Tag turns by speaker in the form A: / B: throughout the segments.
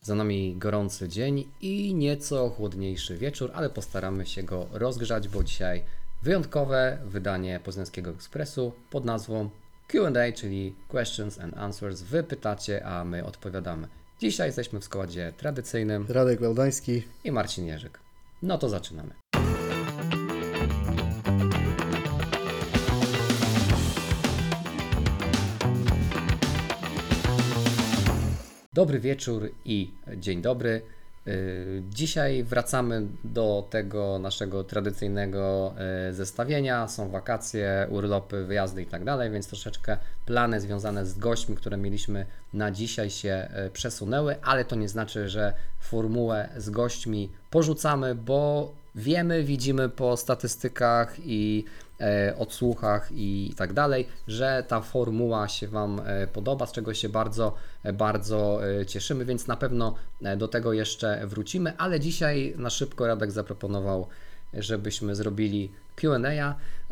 A: Za nami gorący dzień i nieco chłodniejszy wieczór, ale postaramy się go rozgrzać, bo dzisiaj wyjątkowe wydanie Poznańskiego Ekspresu pod nazwą Q&A, czyli Questions and Answers. Wy pytacie, a my odpowiadamy. Dzisiaj jesteśmy w składzie tradycyjnym.
B: Radek Wałdański
A: I Marcin Jerzyk. No to zaczynamy. Dobry wieczór i dzień dobry. Dzisiaj wracamy do tego naszego tradycyjnego zestawienia. Są wakacje, urlopy, wyjazdy i tak dalej, więc troszeczkę plany związane z gośćmi, które mieliśmy na dzisiaj się przesunęły, ale to nie znaczy, że formułę z gośćmi porzucamy, bo widzimy po statystykach i odsłuchach i tak dalej, że ta formuła się Wam podoba, z czego się bardzo cieszymy, więc na pewno do tego jeszcze wrócimy, ale dzisiaj na szybko Radek zaproponował, żebyśmy zrobili Q&A.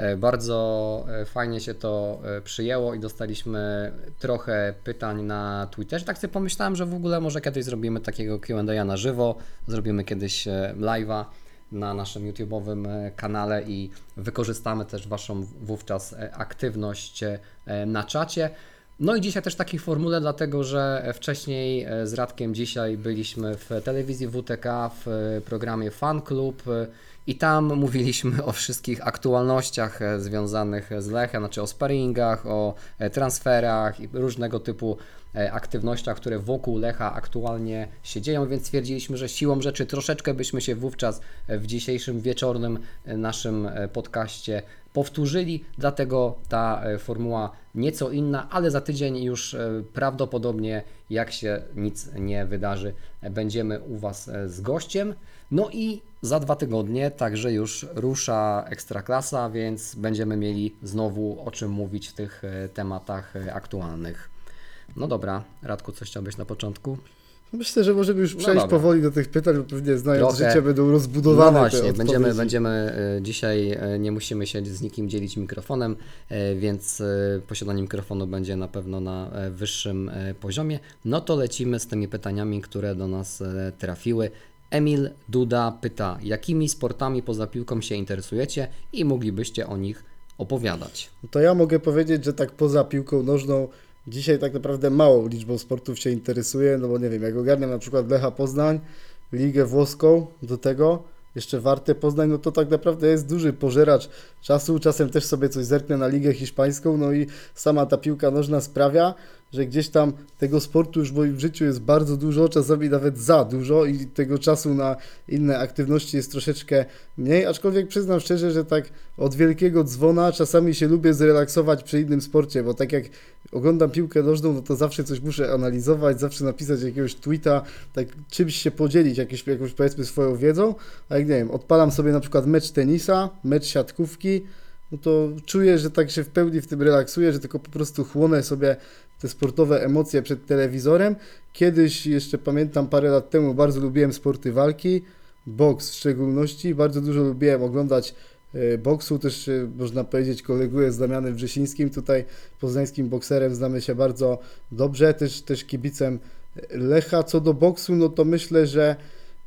A: Bardzo fajnie się to przyjęło i dostaliśmy trochę pytań na Twitterze. Tak sobie pomyślałem, że w ogóle może kiedyś zrobimy takiego Q&A na żywo, zrobimy kiedyś live'a na naszym YouTube'owym kanale i wykorzystamy też Waszą wówczas aktywność na czacie. No i dzisiaj też takiej formule, dlatego że wcześniej z Radkiem dzisiaj byliśmy w telewizji WTK w programie Fan Club i tam mówiliśmy o wszystkich aktualnościach związanych z Lechem, znaczy o sparingach, o transferach i różnego typu aktywnościach, które wokół Lecha aktualnie się dzieją, więc stwierdziliśmy, że siłą rzeczy troszeczkę byśmy się wówczas w dzisiejszym wieczornym naszym podcaście powtórzyli, dlatego ta formuła nieco inna, ale za tydzień już prawdopodobnie, jak się nic nie wydarzy, będziemy u Was z gościem. No i za 2 tygodnie także już rusza Ekstraklasa, więc będziemy mieli znowu o czym mówić w tych tematach aktualnych. No dobra, Radku, coś chciałbyś na początku?
B: Myślę, że możemy już przejść powoli do tych pytań, bo pewnie znając życie będą rozbudowane.
A: No właśnie, będziemy dzisiaj, nie musimy się z nikim dzielić mikrofonem, więc posiadanie mikrofonu będzie na pewno na wyższym poziomie. No to lecimy z tymi pytaniami, które do nas trafiły. Emil Duda pyta, jakimi sportami poza piłką się interesujecie i moglibyście o nich opowiadać?
B: To ja mogę powiedzieć, że tak poza piłką nożną dzisiaj tak naprawdę małą liczbą sportów się interesuję, no bo nie wiem, jak ogarniam na przykład Lecha Poznań, Ligę Włoską, do tego jeszcze Wartę Poznań, no to tak naprawdę jest duży pożeracz czasu, czasem też sobie coś zerknę na Ligę Hiszpańską, no i sama ta piłka nożna sprawia, że gdzieś tam tego sportu już w moim życiu jest bardzo dużo, czasami nawet za dużo i tego czasu na inne aktywności jest troszeczkę mniej, aczkolwiek przyznam szczerze, że tak od wielkiego dzwona czasami się lubię zrelaksować przy innym sporcie, bo tak jak oglądam piłkę nożną, no to zawsze coś muszę analizować, zawsze napisać jakiegoś tweeta, tak czymś się podzielić, jakąś powiedzmy swoją wiedzą, a jak nie wiem, odpalam sobie na przykład mecz tenisa, mecz siatkówki, no to czuję, że tak się w pełni w tym relaksuję, że tylko po prostu chłonę sobie te sportowe emocje przed telewizorem. Kiedyś, jeszcze pamiętam parę lat temu, bardzo lubiłem sporty walki, boks w szczególności, bardzo dużo lubiłem oglądać boksu, też można powiedzieć koleguję z Damianem Wrzesińskim, tutaj poznańskim bokserem, znamy się bardzo dobrze, też kibicem Lecha. Co do boksu, no to myślę, że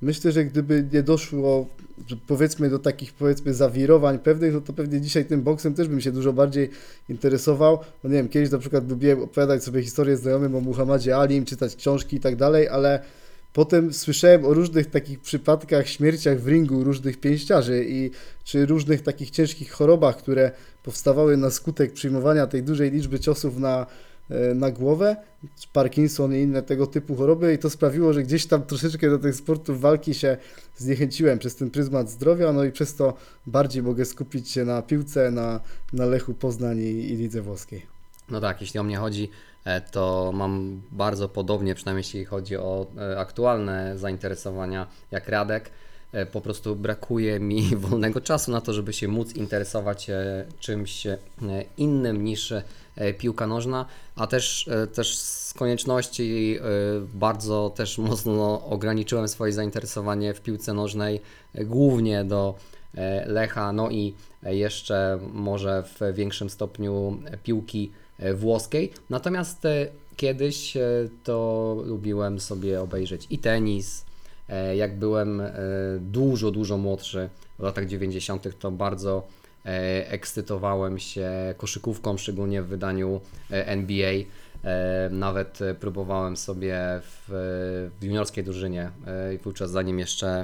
B: gdyby nie doszło powiedzmy do takich zawirowań pewnych, no to pewnie dzisiaj tym boksem też bym się dużo bardziej interesował. No nie wiem, kiedyś na przykład lubiłem opowiadać sobie historię znajomym o Muhammadzie Alim, czytać książki i tak dalej, ale potem słyszałem o różnych takich przypadkach, śmierciach w ringu różnych pięściarzy czy różnych takich ciężkich chorobach, które powstawały na skutek przyjmowania tej dużej liczby ciosów na głowę, Parkinson i inne tego typu choroby i to sprawiło, że gdzieś tam troszeczkę do tych sportów walki się zniechęciłem przez ten pryzmat zdrowia, no i przez to bardziej mogę skupić się na piłce, na Lechu Poznań i lidze włoskiej.
A: No tak, jeśli o mnie chodzi, to mam bardzo podobnie, przynajmniej jeśli chodzi o aktualne zainteresowania jak Radek. Po prostu brakuje mi wolnego czasu na to, żeby się móc interesować czymś innym niż piłka nożna, a też z konieczności bardzo też mocno ograniczyłem swoje zainteresowanie w piłce nożnej głównie do Lecha, no i jeszcze może w większym stopniu piłki włoskiej. Natomiast Kiedyś to lubiłem sobie obejrzeć i tenis. Jak byłem dużo młodszy, w latach 90., to bardzo ekscytowałem się koszykówką, szczególnie w wydaniu NBA. Nawet próbowałem sobie w juniorskiej drużynie i wówczas zanim jeszcze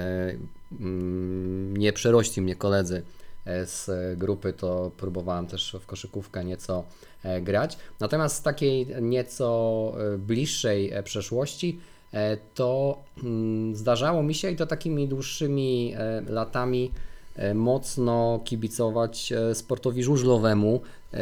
A: nie przerośli mnie koledzy z grupy, to próbowałem też w koszykówkę nieco grać. Natomiast z takiej nieco bliższej przeszłości to zdarzało mi się i to takimi dłuższymi latami mocno kibicować sportowi żużlowemu,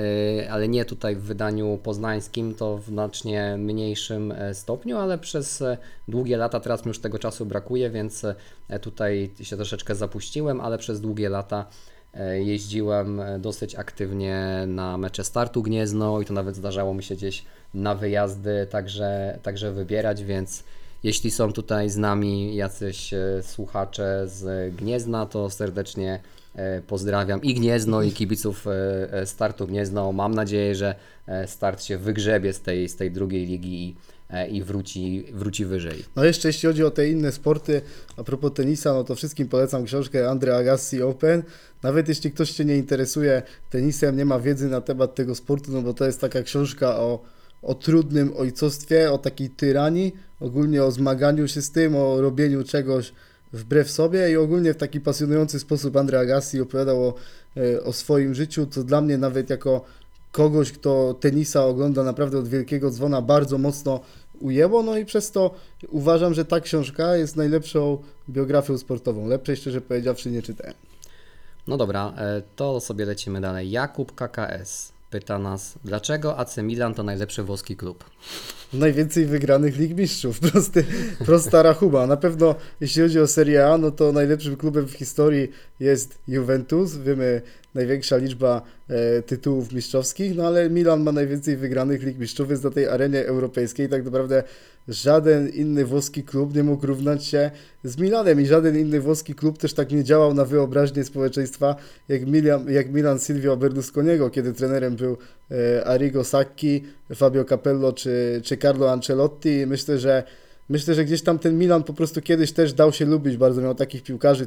A: ale nie tutaj w wydaniu poznańskim, to w znacznie mniejszym stopniu, ale przez długie lata, teraz mi już tego czasu brakuje, więc tutaj się troszeczkę zapuściłem, ale przez długie lata jeździłem dosyć aktywnie na mecze Startu Gniezno i to nawet zdarzało mi się gdzieś na wyjazdy także wybierać, więc jeśli są tutaj z nami jacyś słuchacze z Gniezna, to serdecznie pozdrawiam i Gniezno, i kibiców Startu Gniezno. Mam nadzieję, że Start się wygrzebie z tej drugiej ligi i wróci wyżej.
B: No jeszcze jeśli chodzi o te inne sporty, a propos tenisa, no to wszystkim polecam książkę Andre Agassi Open. Nawet jeśli ktoś się nie interesuje tenisem, nie ma wiedzy na temat tego sportu, no bo to jest taka książka o trudnym ojcostwie, o takiej tyranii, ogólnie o zmaganiu się z tym, o robieniu czegoś wbrew sobie i ogólnie w taki pasjonujący sposób Andre Agassi opowiadał o swoim życiu, co dla mnie nawet jako kogoś, kto tenisa ogląda naprawdę od wielkiego dzwona, bardzo mocno ujęło, no i przez to uważam, że ta książka jest najlepszą biografią sportową. Lepszej, szczerze powiedziawszy, nie czytałem.
A: No dobra, to sobie lecimy dalej. Jakub KKS pyta nas, dlaczego AC Milan to najlepszy włoski klub?
B: Najwięcej wygranych Lig Mistrzów. Prosta rachuba. Na pewno jeśli chodzi o Serie A, no to najlepszym klubem w historii jest Juventus. Wiemy, największa liczba tytułów mistrzowskich, no ale Milan ma najwięcej wygranych Lig Mistrzów, więc na tej arenie europejskiej tak naprawdę żaden inny włoski klub nie mógł równać się z Milanem i żaden inny włoski klub też tak nie działał na wyobraźnię społeczeństwa jak Milan Silvio Berlusconiego, kiedy trenerem był Arrigo Sacchi, Fabio Capello czy Carlo Ancelotti. Myślę, że gdzieś tam ten Milan po prostu kiedyś też dał się lubić, bardzo miał takich piłkarzy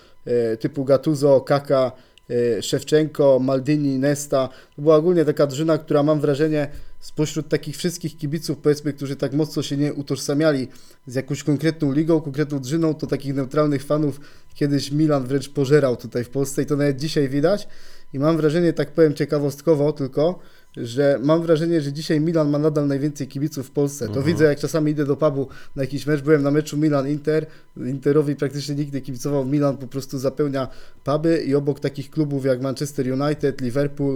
B: typu Gattuso, Kaka, Szewczenko, Maldini, Nesta. To była ogólnie taka drużyna, która mam wrażenie spośród takich wszystkich kibiców, powiedzmy, którzy tak mocno się nie utożsamiali z jakąś konkretną ligą, konkretną drużyną, to takich neutralnych fanów kiedyś Milan wręcz pożerał tutaj w Polsce i to nawet dzisiaj widać. I mam wrażenie, tak powiem ciekawostkowo tylko, że mam wrażenie, że dzisiaj Milan ma nadal najwięcej kibiców w Polsce. To widzę, jak czasami idę do pubu na jakiś mecz, byłem na meczu Milan-Inter, Interowi praktycznie nikt nie kibicował, Milan po prostu zapełnia puby i obok takich klubów jak Manchester United, Liverpool,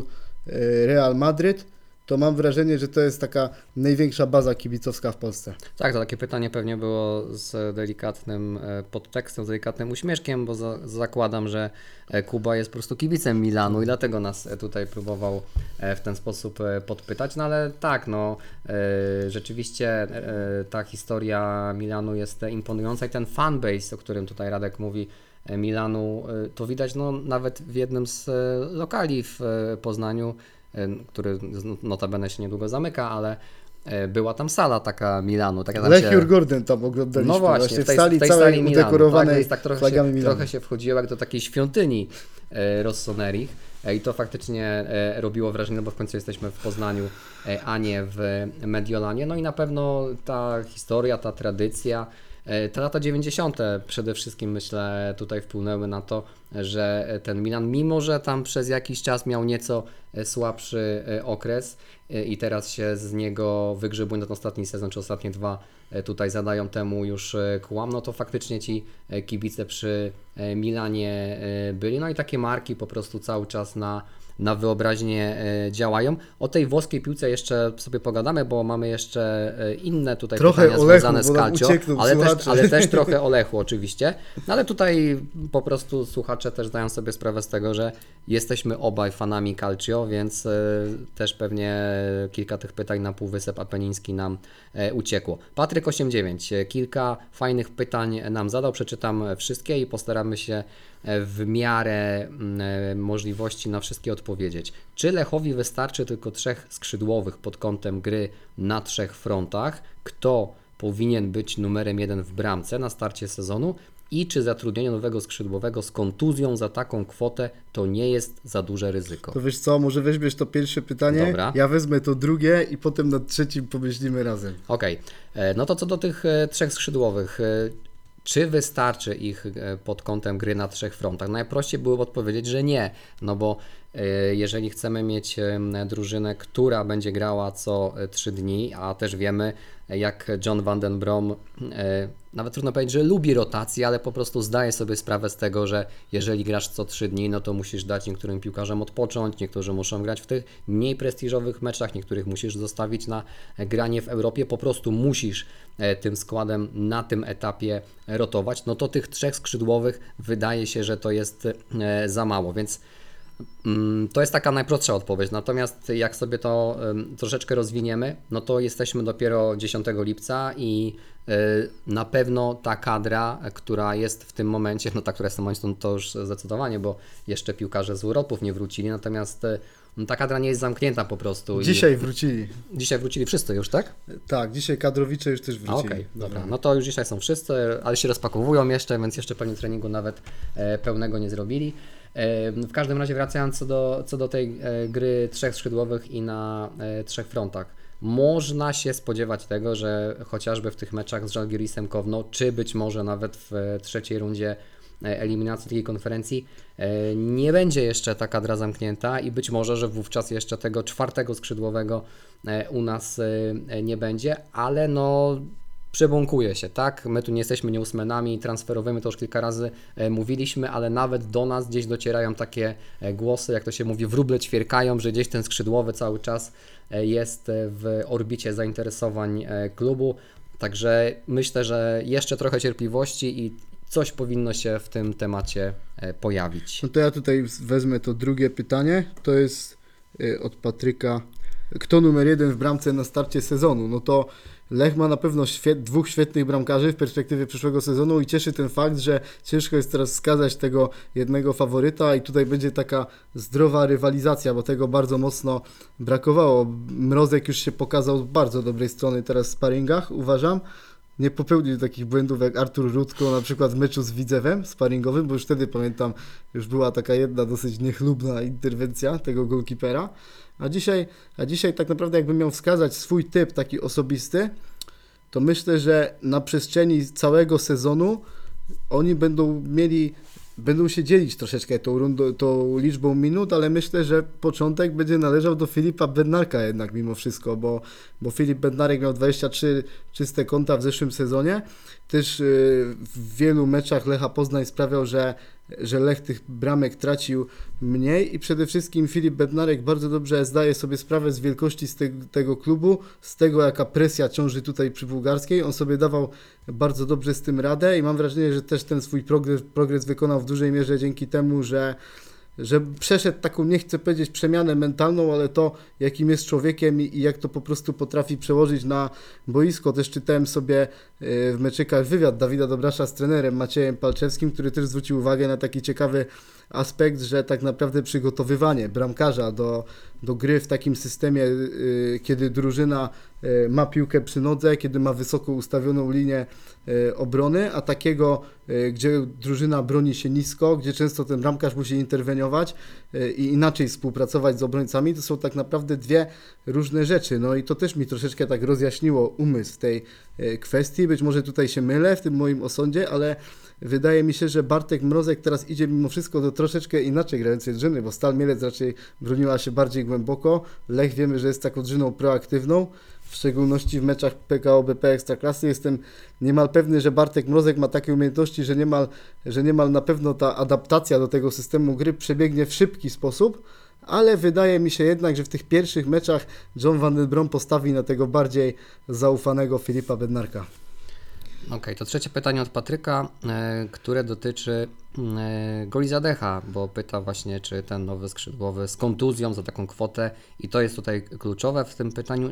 B: Real Madryt, to mam wrażenie, że to jest taka największa baza kibicowska w Polsce.
A: Tak, to takie pytanie pewnie było z delikatnym podtekstem, z delikatnym uśmieszkiem, bo zakładam, że Kuba jest po prostu kibicem Milanu i dlatego nas tutaj próbował w ten sposób podpytać, no ale tak, no rzeczywiście ta historia Milanu jest imponująca i ten fanbase, o którym tutaj Radek mówi, Milanu, to widać no nawet w jednym z lokali w Poznaniu, który notabene się niedługo zamyka, ale była tam sala taka Milanu.
B: Lech Jurgorden tam oglądaliśmy.
A: No właśnie,
B: w tej sali
A: Milanu,
B: udekorowanej
A: tak,
B: flagami Milanu.
A: trochę się wchodziło jak do takiej świątyni Rossoneri i to faktycznie robiło wrażenie, no bo w końcu jesteśmy w Poznaniu, a nie w Mediolanie. No i na pewno ta historia, ta tradycja, te lata 90. przede wszystkim myślę tutaj wpłynęły na to, że ten Milan, mimo że tam przez jakiś czas miał nieco słabszy okres i teraz się z niego wygrzebuje na ten ostatni sezon, czy ostatnie dwa tutaj zadają temu już kłam, no to faktycznie ci kibice przy Milanie byli, no i takie marki po prostu cały czas na wyobraźnię działają. O tej włoskiej piłce jeszcze sobie pogadamy, bo mamy jeszcze inne tutaj
B: trochę
A: pytania
B: Olechu,
A: związane z Calcio, ale też trochę Olechu oczywiście. No ale tutaj po prostu słuchacze też zdają sobie sprawę z tego, że jesteśmy obaj fanami Calcio, więc też pewnie kilka tych pytań na Półwysep Apeniński nam uciekło. Patryk89 kilka fajnych pytań nam zadał, przeczytam wszystkie i postaramy się w miarę możliwości na wszystkie odpowiedzieć. odpowiedzieć. Czy Lechowi wystarczy tylko 3 skrzydłowych pod kątem gry na 3 frontach? Kto powinien być numerem 1 w bramce na starcie sezonu? I czy zatrudnienie nowego skrzydłowego z kontuzją za taką kwotę to nie jest za duże ryzyko?
B: To wiesz co, może weźmiesz to pierwsze pytanie,
A: Dobra.
B: ja wezmę to drugie i potem nad trzecim pomyślimy razem.
A: Okej, no to co do tych 3 skrzydłowych, czy wystarczy ich pod kątem gry na 3 frontach? Najprościej byłoby odpowiedzieć, że nie, no bo jeżeli chcemy mieć drużynę, która będzie grała co 3 dni, a też wiemy, jak John van den Brom, nawet trudno powiedzieć, że lubi rotację, ale po prostu zdaje sobie sprawę z tego, że jeżeli grasz co 3 dni, no to musisz dać niektórym piłkarzom odpocząć, niektórzy muszą grać w tych mniej prestiżowych meczach, niektórych musisz zostawić na granie w Europie, po prostu musisz tym składem na tym etapie rotować, no to tych 3 skrzydłowych wydaje się, że to jest za mało, więc to jest taka najprostsza odpowiedź, natomiast jak sobie to troszeczkę rozwiniemy, no to jesteśmy dopiero 10 lipca i na pewno ta kadra, która jest w tym momencie, no ta, która jest w tym momencie, to już zdecydowanie, bo jeszcze piłkarze z Europów nie wrócili, natomiast ta kadra nie jest zamknięta po prostu.
B: Dzisiaj wrócili.
A: Dzisiaj wrócili wszyscy już, tak?
B: Tak, dzisiaj kadrowicze już też wrócili.
A: Okej, dobra, no to już dzisiaj są wszyscy, ale się rozpakowują jeszcze, więc jeszcze pewnie treningu nawet pełnego nie zrobili. W każdym razie wracając co do tej gry 3 skrzydłowych i na 3 frontach. Można się spodziewać tego, że chociażby w tych meczach z Żalgirisem Kowno, czy być może nawet w trzeciej rundzie eliminacji takiej konferencji, nie będzie jeszcze ta kadra zamknięta i być może, że wówczas jeszcze tego 4 skrzydłowego u nas nie będzie, ale no przebąkuje się, tak? My tu nie jesteśmy newsmenami transferowymi, to już kilka razy mówiliśmy, ale nawet do nas gdzieś docierają takie głosy, jak to się mówi, wróble ćwierkają, że gdzieś ten skrzydłowy cały czas jest w orbicie zainteresowań klubu, także myślę, że jeszcze trochę cierpliwości i coś powinno się w tym temacie pojawić.
B: No to ja tutaj wezmę to drugie pytanie, to jest od Patryka. Kto numer 1 w bramce na starcie sezonu? No to Lech ma na pewno 2 świetnych bramkarzy w perspektywie przyszłego sezonu i cieszy ten fakt, że ciężko jest teraz wskazać tego jednego faworyta i tutaj będzie taka zdrowa rywalizacja, bo tego bardzo mocno brakowało. Mrozek już się pokazał z bardzo dobrej strony teraz w sparingach, uważam. Nie popełnił takich błędów jak Artur Rudko na przykład w meczu z Widzewem sparingowym, bo już wtedy pamiętam, już była taka jedna dosyć niechlubna interwencja tego golkipera. A dzisiaj tak naprawdę jakbym miał wskazać swój typ taki osobisty, to myślę, że na przestrzeni całego sezonu oni będą się dzielić troszeczkę tą liczbą minut, ale myślę, że początek będzie należał do Filipa Bednarka jednak mimo wszystko, bo Filip Bednarek miał 23 czyste konta w zeszłym sezonie. Też w wielu meczach Lecha Poznań sprawiał, że Lech tych bramek tracił mniej i przede wszystkim Filip Bednarek bardzo dobrze zdaje sobie sprawę z wielkości tego klubu, z tego jaka presja ciąży tutaj przy Bułgarskiej. On sobie dawał bardzo dobrze z tym radę i mam wrażenie, że też ten swój progres wykonał w dużej mierze dzięki temu, że przeszedł taką, nie chcę powiedzieć przemianę mentalną, ale to jakim jest człowiekiem i jak to po prostu potrafi przełożyć na boisko. Też czytałem sobie w meczykach wywiad Dawida Dobrasza z trenerem Maciejem Palczewskim, który też zwrócił uwagę na taki ciekawy aspekt, że tak naprawdę przygotowywanie bramkarza do gry w takim systemie, kiedy drużyna ma piłkę przy nodze, kiedy ma wysoko ustawioną linię obrony, a takiego, gdzie drużyna broni się nisko, gdzie często ten bramkarz musi interweniować i inaczej współpracować z obrońcami, to są tak naprawdę 2 różne rzeczy. No i to też mi troszeczkę tak rozjaśniło umysł tej kwestii. Być może tutaj się mylę w tym moim osądzie, ale wydaje mi się, że Bartek Mrozek teraz idzie mimo wszystko do troszeczkę inaczej grającej drużyny, bo Stal Mielec raczej broniła się bardziej głęboko. Lech wiemy, że jest taką drużyną proaktywną, w szczególności w meczach PKO BP Ekstraklasy. Jestem niemal pewny, że Bartek Mrozek ma takie umiejętności, że niemal na pewno ta adaptacja do tego systemu gry przebiegnie w szybki sposób, ale wydaje mi się jednak, że w tych pierwszych meczach John van den Brom postawi na tego bardziej zaufanego Filipa Bednarka.
A: Okej, to trzecie pytanie od Patryka, które dotyczy goli Zadecha, bo pyta właśnie, czy ten nowy skrzydłowy z kontuzją za taką kwotę i to jest tutaj kluczowe w tym pytaniu,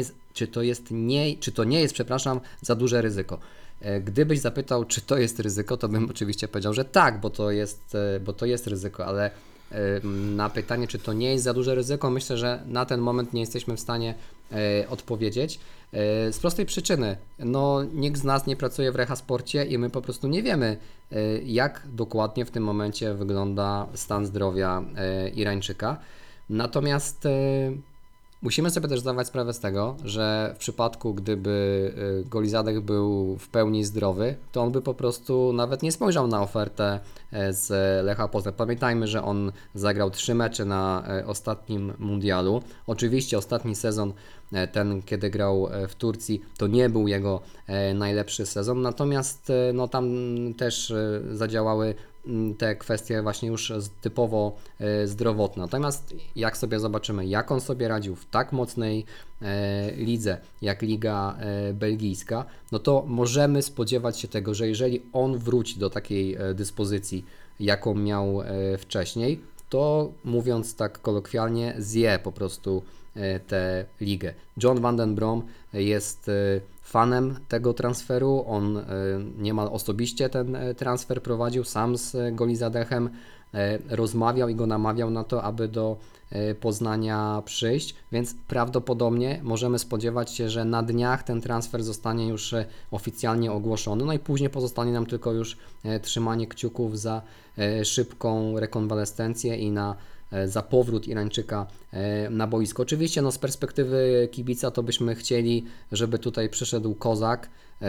A: czy to nie jest, za duże ryzyko. Gdybyś zapytał, czy to jest ryzyko, to bym oczywiście powiedział, że tak, bo to jest ryzyko, ale na pytanie, czy to nie jest za duże ryzyko, myślę, że na ten moment nie jesteśmy w stanie odpowiedzieć. Z prostej przyczyny, no nikt z nas nie pracuje w rehasporcie i my po prostu nie wiemy, jak dokładnie w tym momencie wygląda stan zdrowia Irańczyka. Natomiast musimy sobie też zdawać sprawę z tego, że w przypadku, gdyby Golizadeh był w pełni zdrowy, to on by po prostu nawet nie spojrzał na ofertę z Lecha Poznań. Pamiętajmy, że on zagrał 3 mecze na ostatnim mundialu. Oczywiście ostatni sezon, ten kiedy grał w Turcji, to nie był jego najlepszy sezon, natomiast no, tam też zadziałały te kwestie właśnie już typowo zdrowotne. Natomiast jak sobie zobaczymy, jak on sobie radził w tak mocnej lidze, jak Liga Belgijska, no to możemy spodziewać się tego, że jeżeli on wróci do takiej dyspozycji, jaką miał wcześniej, to mówiąc tak kolokwialnie, zje po prostu tę ligę. John van den Brom jest fanem tego transferu, on niemal osobiście ten transfer prowadził, sam z Golizadehem rozmawiał i go namawiał na to, aby do Poznania przyjść, więc prawdopodobnie możemy spodziewać się, że na dniach ten transfer zostanie już oficjalnie ogłoszony, no i później pozostanie nam tylko już trzymanie kciuków za szybką rekonwalescencję i za powrót Irańczyka na boisko. Oczywiście no, z perspektywy kibica to byśmy chcieli, żeby tutaj przyszedł kozak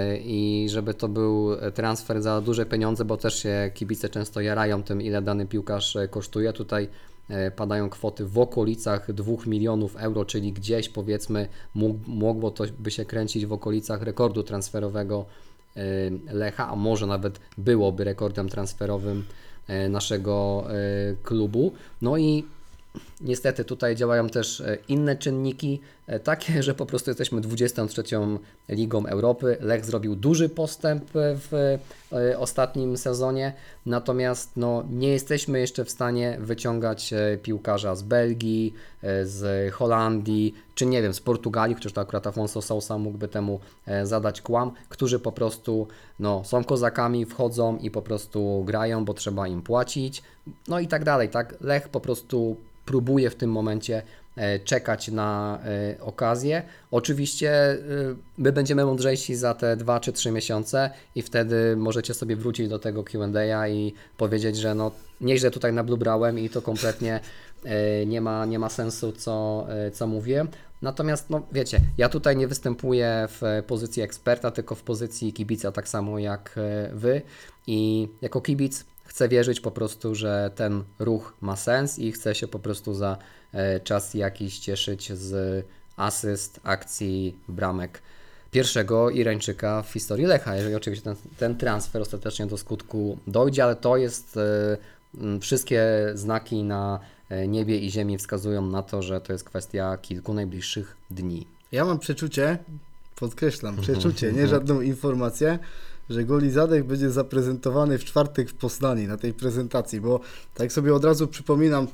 A: i żeby to był transfer za duże pieniądze, bo też się kibice często jarają tym, ile dany piłkarz kosztuje. Tutaj padają kwoty w okolicach 2 milionów euro, czyli gdzieś powiedzmy mogło to by się kręcić w okolicach rekordu transferowego Lecha, a może nawet byłoby rekordem transferowym naszego klubu. No i niestety tutaj działają też inne czynniki, takie, że po prostu jesteśmy 23. Ligą Europy. Lech zrobił duży postęp w ostatnim sezonie, natomiast no, nie jesteśmy jeszcze w stanie wyciągać piłkarza z Belgii, z Holandii, czy nie wiem, z Portugalii, chociaż to akurat Afonso Sousa mógłby temu zadać kłam, którzy po prostu no, są kozakami, wchodzą i po prostu grają, bo trzeba im płacić, no i tak dalej, tak? Lech po prostu próbuje w tym momencie czekać na okazję. Oczywiście my będziemy mądrzejsi za te 2 czy 3 miesiące i wtedy możecie sobie wrócić do tego Q&A i powiedzieć, że no nieźle tutaj nablubrałem i to kompletnie nie ma sensu, co mówię. Natomiast, no wiecie, ja tutaj nie występuję w pozycji eksperta, tylko w pozycji kibica, tak samo jak Wy i jako kibic chcę wierzyć po prostu, że ten ruch ma sens i chcę się po prostu za czas jakiś cieszyć z asyst, akcji, bramek pierwszego Irańczyka w historii Lecha, jeżeli oczywiście ten transfer ostatecznie do skutku dojdzie, ale to jest, wszystkie znaki na niebie i ziemi wskazują na to, że to jest kwestia kilku najbliższych dni.
B: Ja mam przeczucie, podkreślam, przeczucie, nie żadną informację, że Golizadeh będzie zaprezentowany w czwartek w Poznaniu na tej prezentacji, bo tak sobie od razu przypominam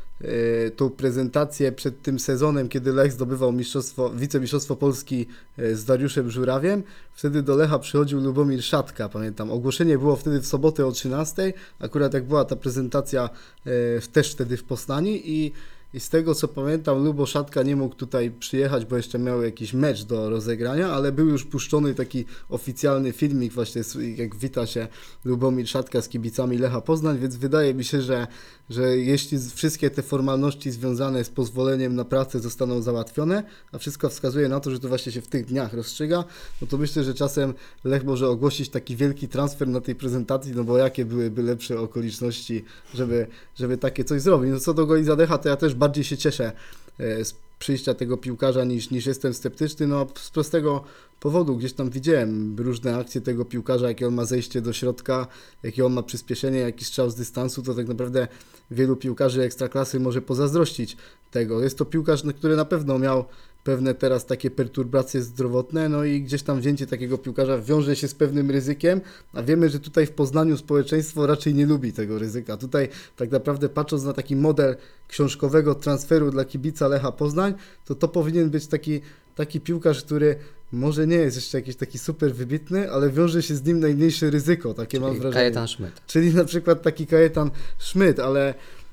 B: tą prezentację przed tym sezonem, kiedy Lech zdobywał wicemistrzostwo Polski z Dariuszem Żurawiem. Wtedy do Lecha przychodził Lubomir Szatka, pamiętam. Ogłoszenie było wtedy w sobotę o 13:00, akurat jak była ta prezentacja też wtedy w Poznaniu i z tego co pamiętam, Lubo Szatka nie mógł tutaj przyjechać, bo jeszcze miał jakiś mecz do rozegrania, ale był już puszczony taki oficjalny filmik właśnie, jak wita się Lubomir Szatka z kibicami Lecha Poznań, więc wydaje mi się, że jeśli wszystkie te formalności związane z pozwoleniem na pracę zostaną załatwione, a wszystko wskazuje na to, że to właśnie się w tych dniach rozstrzyga, no to myślę, że czasem Lech może ogłosić taki wielki transfer na tej prezentacji, no bo jakie byłyby lepsze okoliczności, żeby takie coś zrobić. No co do Golizadeha, to ja też bardziej się cieszę z przyjścia tego piłkarza niż jestem sceptyczny, no z prostego powodu, gdzieś tam widziałem różne akcje tego piłkarza, jakie on ma zejście do środka, jakie on ma przyspieszenie, jakiś strzał z dystansu, to tak naprawdę wielu piłkarzy ekstraklasy może pozazdrościć tego. Jest to piłkarz, który na pewno miał pewne teraz takie perturbacje zdrowotne, no i gdzieś tam wzięcie takiego piłkarza wiąże się z pewnym ryzykiem, a wiemy, że tutaj w Poznaniu społeczeństwo raczej nie lubi tego ryzyka. Tutaj tak naprawdę patrząc na taki model książkowego transferu dla kibica Lecha Poznań, to powinien być taki piłkarz, który może nie jest jeszcze jakiś taki super wybitny, ale wiąże się z nim najmniejsze ryzyko, takie mam wrażenie.
A: Kajetan Szmyt.
B: Czyli na przykład taki Kajetan Szmyt,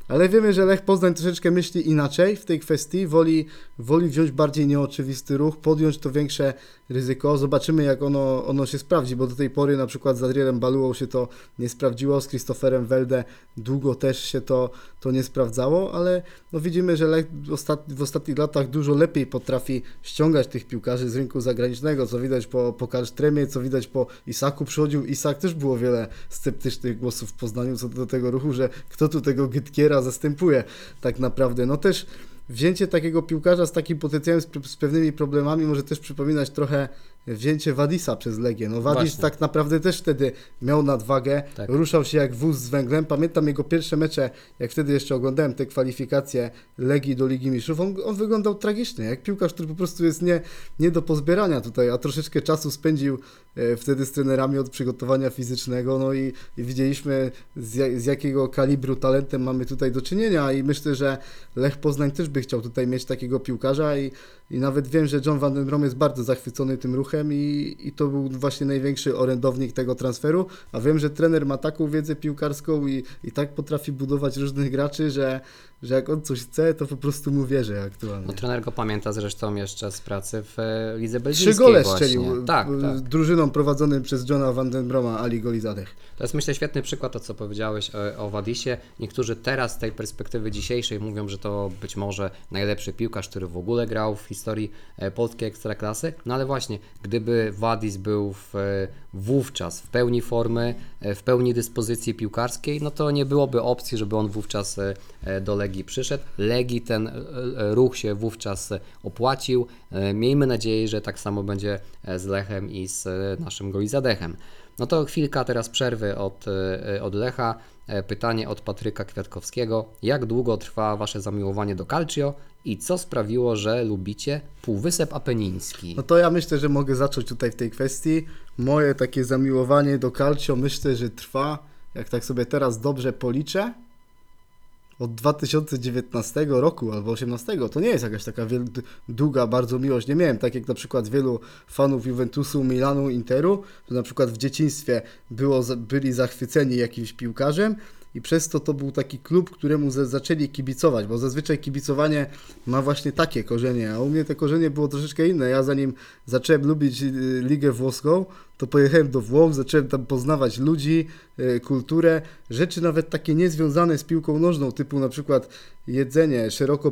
B: ale wiemy, że Lech Poznań troszeczkę myśli inaczej w tej kwestii, woli wziąć bardziej nieoczywisty ruch, podjąć to większe ryzyko, zobaczymy jak ono się sprawdzi, bo do tej pory na przykład z Adrielem Baluą się to nie sprawdziło, z Christopherem Welde długo też się to nie sprawdzało, ale no widzimy, że Lech w ostatnich latach dużo lepiej potrafi ściągać tych piłkarzy z rynku zagranicznego, co widać po Karlströmie, co widać po Isaku. Przychodził Isak, też było wiele sceptycznych głosów w Poznaniu co do tego ruchu, że kto tu tego Gytkiera zastępuje tak naprawdę. No też wzięcie takiego piłkarza z takim potencjałem, z pewnymi problemami może też przypominać trochę wzięcie Wadisa przez Legię. No Wadis
A: Właśnie.
B: tak naprawdę też wtedy miał nadwagę,
A: Tak.
B: ruszał się jak wóz z węglem. Pamiętam jego pierwsze mecze, jak wtedy jeszcze oglądałem te kwalifikacje Legii do Ligi Mistrzów, on wyglądał tragicznie, jak piłkarz, który po prostu jest nie do pozbierania tutaj, a troszeczkę czasu spędził wtedy z trenerami od przygotowania fizycznego, no i widzieliśmy z jakiego kalibru talentem mamy tutaj do czynienia i myślę, że Lech Poznań też by chciał tutaj mieć takiego piłkarza i nawet wiem, że John van den Brom jest bardzo zachwycony tym ruchem i to był właśnie największy orędownik tego transferu, a wiem, że trener ma taką wiedzę piłkarską i tak potrafi budować różnych graczy, że jak on coś chce, to po prostu mu wierzy aktualnie.
A: No, trener go pamięta zresztą jeszcze z pracy w lidze
B: 3
A: belgijskiej
B: gole
A: właśnie.
B: strzelił
A: Tak.
B: drużyną prowadzonym przez Johna van den Broma, Ali Golizadeh.
A: To jest myślę świetny przykład to, co powiedziałeś o Wadisie. Niektórzy teraz z tej perspektywy dzisiejszej mówią, że to być może najlepszy piłkarz, który w ogóle grał w historii polskiej ekstraklasy. No ale właśnie, gdyby Wadis był wówczas w pełni formy, w pełni dyspozycji piłkarskiej, no to nie byłoby opcji, żeby on wówczas do Legii przyszedł. Legii ten ruch się wówczas opłacił. Miejmy nadzieję, że tak samo będzie z Lechem i z naszym Golizadechem. No to chwilka teraz przerwy od Lecha. Pytanie od Patryka Kwiatkowskiego. Jak długo trwa Wasze zamiłowanie do Calcio i co sprawiło, że lubicie Półwysep Apeniński?
B: No to ja myślę, że mogę zacząć tutaj w tej kwestii. Moje takie zamiłowanie do Calcio myślę, że trwa, jak tak sobie teraz dobrze policzę, od 2019 roku albo 2018. To nie jest jakaś taka długa bardzo miłość. Nie miałem tak jak na przykład wielu fanów Juventusu, Milanu, Interu, że na przykład w dzieciństwie byli zachwyceni jakimś piłkarzem i przez to był taki klub, któremu zaczęli kibicować, bo zazwyczaj kibicowanie ma właśnie takie korzenie, a u mnie te korzenie było troszeczkę inne. Ja zanim zacząłem lubić ligę włoską, to pojechałem do Włoch, zacząłem tam poznawać ludzi, kulturę, rzeczy nawet takie niezwiązane z piłką nożną, typu na przykład jedzenie,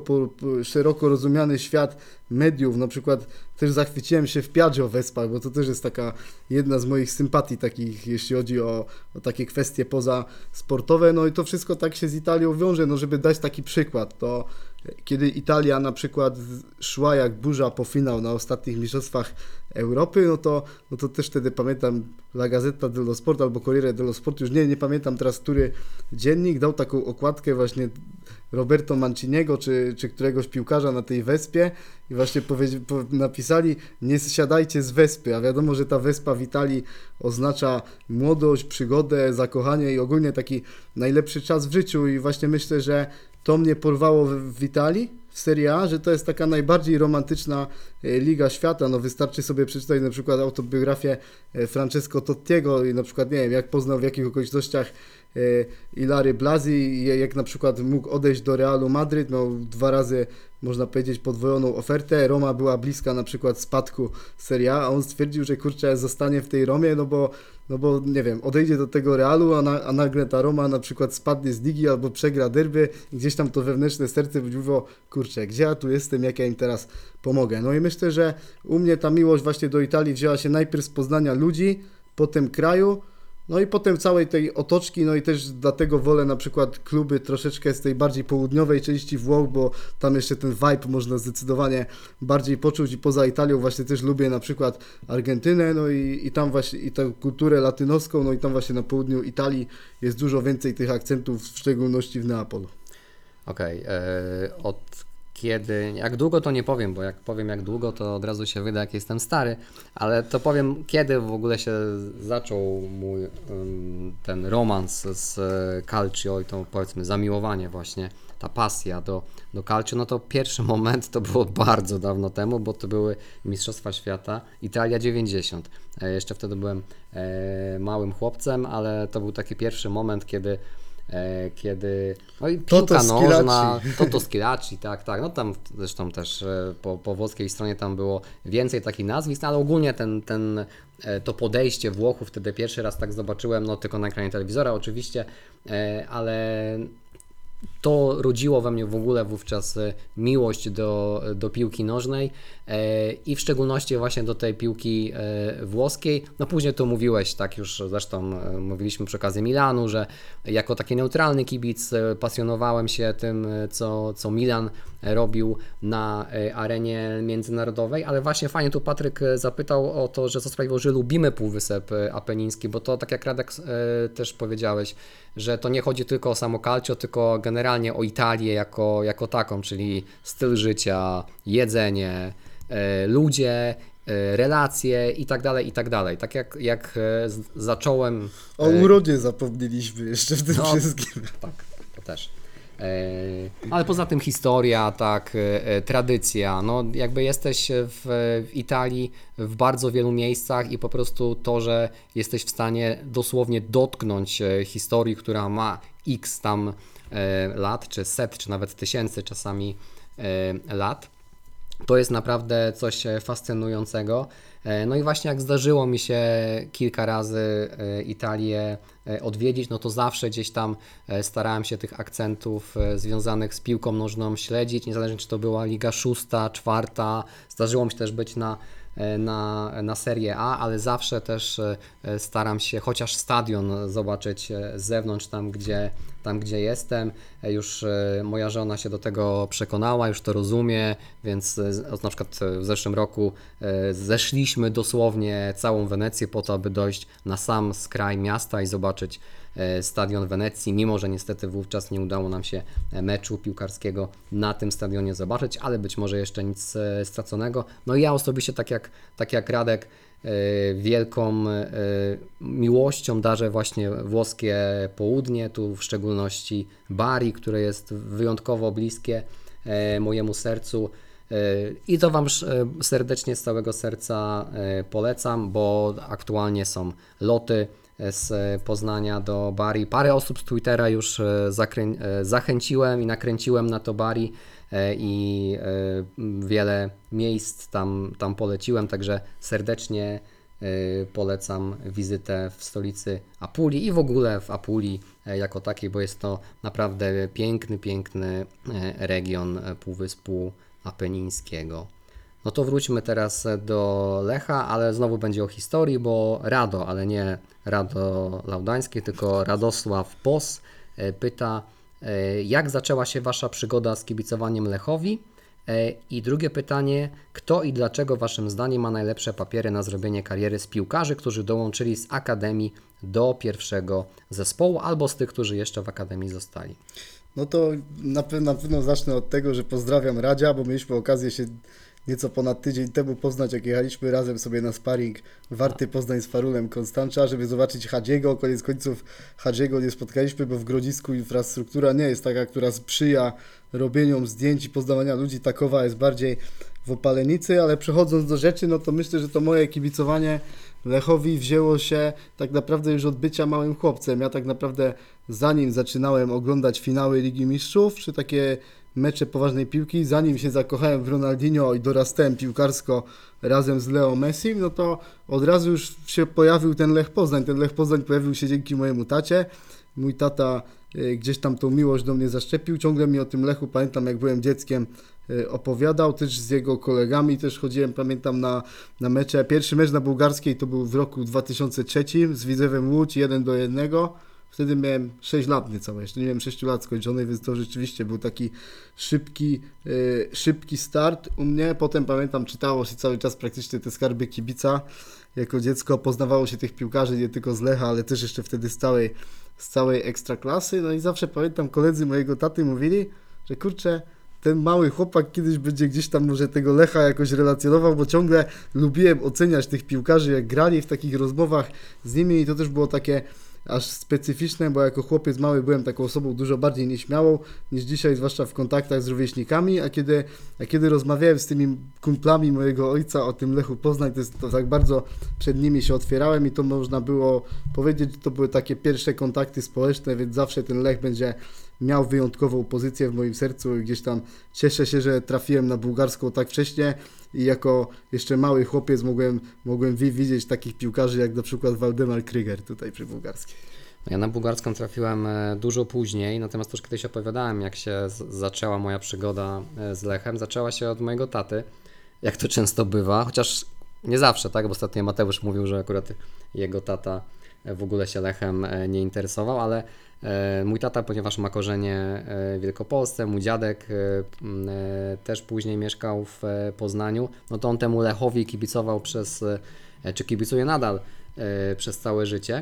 B: szeroko rozumiany świat mediów, na przykład też zachwyciłem się w Piaggio Vespach, bo to też jest taka jedna z moich sympatii takich, jeśli chodzi o takie kwestie pozasportowe, no i to wszystko tak się z Italią wiąże, no żeby dać taki przykład, to kiedy Italia na przykład szła jak burza po finał na ostatnich mistrzostwach Europy, no to też wtedy pamiętam La Gazzetta dello Sport albo Corriere dello Sport, już nie pamiętam teraz, który dziennik dał taką okładkę właśnie Roberto Manciniego czy któregoś piłkarza na tej Wespie i właśnie napisali: nie zsiadajcie z Wespy, a wiadomo, że ta Wespa w Italii oznacza młodość, przygodę, zakochanie i ogólnie taki najlepszy czas w życiu i właśnie myślę, że to mnie porwało w Italii, w Serie A, że to jest taka najbardziej romantyczna liga świata. No wystarczy sobie przeczytać na przykład autobiografię Francesco Tottiego i na przykład, nie wiem, jak poznał w jakich okolicznościach Ilary Blasi, jak na przykład mógł odejść do Realu Madryt, miał 2 razy, można powiedzieć, podwojoną ofertę. Roma była bliska na przykład spadku Serie A on stwierdził, że kurczę, zostanie w tej Romie, no bo nie wiem, odejdzie do tego Realu, a nagle ta Roma na przykład spadnie z ligi albo przegra derby i gdzieś tam to wewnętrzne serce mówiło: kurczę, gdzie ja tu jestem, jak ja im teraz pomogę. No i myślę, że u mnie ta miłość właśnie do Italii wzięła się najpierw z poznania ludzi, potem kraju, no i potem całej tej otoczki, no i też dlatego wolę na przykład kluby troszeczkę z tej bardziej południowej części Włoch, bo tam jeszcze ten vibe można zdecydowanie bardziej poczuć i poza Italią właśnie też lubię na przykład Argentynę, no i tam właśnie i tę kulturę latynoską, no i tam właśnie na południu Italii jest dużo więcej tych akcentów, w szczególności w Neapolu.
A: Okej, od kiedy, jak długo to nie powiem, bo jak powiem jak długo, to od razu się wyda, jak jestem stary, ale to powiem, kiedy w ogóle się zaczął mój ten romans z Calcio i to powiedzmy zamiłowanie właśnie, ta pasja do Calcio. No to pierwszy moment to było bardzo dawno temu, bo to były Mistrzostwa Świata Italia 90. Jeszcze wtedy byłem małym chłopcem, ale to był taki pierwszy moment, kiedy kiedy no i
B: Toto
A: piłka nożna,
B: Schillaci.
A: to Schillaci, tak, no tam zresztą też po włoskiej stronie tam było więcej takich nazwisk, no ale ogólnie to podejście Włochów wtedy pierwszy raz tak zobaczyłem, no tylko na ekranie telewizora oczywiście, ale to rodziło we mnie w ogóle wówczas miłość do piłki nożnej i w szczególności właśnie do tej piłki włoskiej. No później to mówiłeś, tak już zresztą mówiliśmy przy okazji Milanu, że jako taki neutralny kibic pasjonowałem się tym, co Milan robił na arenie międzynarodowej, ale właśnie fajnie tu Patryk zapytał o to, że co sprawiło, że lubimy Półwysep Apeniński, bo to tak jak Radek też powiedziałeś, że to nie chodzi tylko o samo calcio, tylko generalnie o Italię jako taką, czyli styl życia, jedzenie, ludzie, relacje i tak dalej, i tak dalej. Tak jak zacząłem...
B: O urodzie zapomnieliśmy jeszcze w tym
A: No,
B: wszystkim.
A: Tak, to też. Ale poza tym historia, tak, tradycja, no jakby jesteś w Italii w bardzo wielu miejscach i po prostu to, że jesteś w stanie dosłownie dotknąć historii, która ma x tam lat, czy set, czy nawet tysięcy czasami lat, to jest naprawdę coś fascynującego. No i właśnie jak zdarzyło mi się kilka razy Italię odwiedzić, no to zawsze gdzieś tam starałem się tych akcentów związanych z piłką nożną śledzić, niezależnie czy to była Liga 6, 4, zdarzyło mi się też być na Serie A, ale zawsze też staram się chociaż stadion zobaczyć z zewnątrz, tam gdzie jestem. Już moja żona się do tego przekonała, już to rozumie, więc na przykład w zeszłym roku zeszliśmy dosłownie całą Wenecję po to, aby dojść na sam skraj miasta i zobaczyć stadion Wenecji, mimo że niestety wówczas nie udało nam się meczu piłkarskiego na tym stadionie zobaczyć, ale być może jeszcze nic straconego. No i ja osobiście, tak jak Radek, wielką miłością darzę właśnie włoskie południe, tu w szczególności Bari, które jest wyjątkowo bliskie mojemu sercu. I to Wam serdecznie z całego serca polecam, bo aktualnie są loty z Poznania do Bari. Parę osób z Twittera już zachęciłem i nakręciłem na to Bari i wiele miejsc tam poleciłem, także serdecznie polecam wizytę w stolicy Apulii i w ogóle w Apulii jako takiej, bo jest to naprawdę piękny region Półwyspu Apenińskiego. No to wróćmy teraz do Lecha, ale znowu będzie o historii, bo Rado, ale nie Rado Laudańskie, tylko Radosław Pos pyta, jak zaczęła się Wasza przygoda z kibicowaniem Lechowi? I drugie pytanie, kto i dlaczego Waszym zdaniem ma najlepsze papiery na zrobienie kariery z piłkarzy, którzy dołączyli z Akademii do pierwszego zespołu, albo z tych, którzy jeszcze w Akademii zostali?
B: No to na pewno zacznę od tego, że pozdrawiam Radzia, bo mieliśmy okazję się nieco ponad tydzień temu poznać, jak jechaliśmy razem sobie na sparring Warty Poznań z Farulem Konstancza, żeby zobaczyć Hadziego. Koniec końców Hadziego nie spotkaliśmy, bo w Grodzisku infrastruktura nie jest taka, która sprzyja robieniom zdjęć i poznawania ludzi. Takowa jest bardziej w Opalenicy, ale przechodząc do rzeczy, no to myślę, że to moje kibicowanie Lechowi wzięło się tak naprawdę już od bycia małym chłopcem. Ja tak naprawdę zanim zaczynałem oglądać finały Ligi Mistrzów, czy takie mecze poważnej piłki, zanim się zakochałem w Ronaldinho i dorastałem piłkarsko razem z Leo Messim, no to od razu już się pojawił ten Lech Poznań. Ten Lech Poznań pojawił się dzięki mojemu tacie. Mój tata gdzieś tam tą miłość do mnie zaszczepił. Ciągle mi o tym Lechu, pamiętam jak byłem dzieckiem, opowiadał. Też z jego kolegami też chodziłem, pamiętam na mecze. Pierwszy mecz na bułgarskiej to był w roku 2003 z Widzewem Łódź 1-1. Wtedy miałem 6 lat niecałe, jeszcze nie miałem 6 lat skończonych, więc to rzeczywiście był taki szybki start u mnie. Potem pamiętam, czytało się cały czas praktycznie te skarby kibica. Jako dziecko poznawało się tych piłkarzy nie tylko z Lecha, ale też jeszcze wtedy z całej ekstraklasy. No i zawsze pamiętam, koledzy mojego taty mówili, że kurczę, ten mały chłopak kiedyś będzie gdzieś tam może tego Lecha jakoś relacjonował, bo ciągle lubiłem oceniać tych piłkarzy, jak grali w takich rozmowach z nimi i to też było takie aż specyficzne, bo jako chłopiec mały byłem taką osobą dużo bardziej nieśmiałą niż dzisiaj, zwłaszcza w kontaktach z rówieśnikami, a kiedy rozmawiałem z tymi kumplami mojego ojca o tym Lechu Poznań, to tak bardzo przed nimi się otwierałem i to można było powiedzieć, że to były takie pierwsze kontakty społeczne, więc zawsze ten Lech będzie miał wyjątkową pozycję w moim sercu i gdzieś tam cieszę się, że trafiłem na bułgarską tak wcześnie i jako jeszcze mały chłopiec mogłem widzieć takich piłkarzy jak na przykład Waldemar Kryger tutaj przy bułgarskiej.
A: Ja na bułgarską trafiłem dużo później, natomiast już kiedyś opowiadałem, jak się zaczęła moja przygoda z Lechem. Zaczęła się od mojego taty, jak to często bywa, chociaż nie zawsze, tak, bo ostatnio Mateusz mówił, że akurat jego tata w ogóle się Lechem nie interesował, ale mój tata, ponieważ ma korzenie w Wielkopolsce, mój dziadek też później mieszkał w Poznaniu, no to on temu Lechowi kibicował czy kibicuje nadal przez całe życie.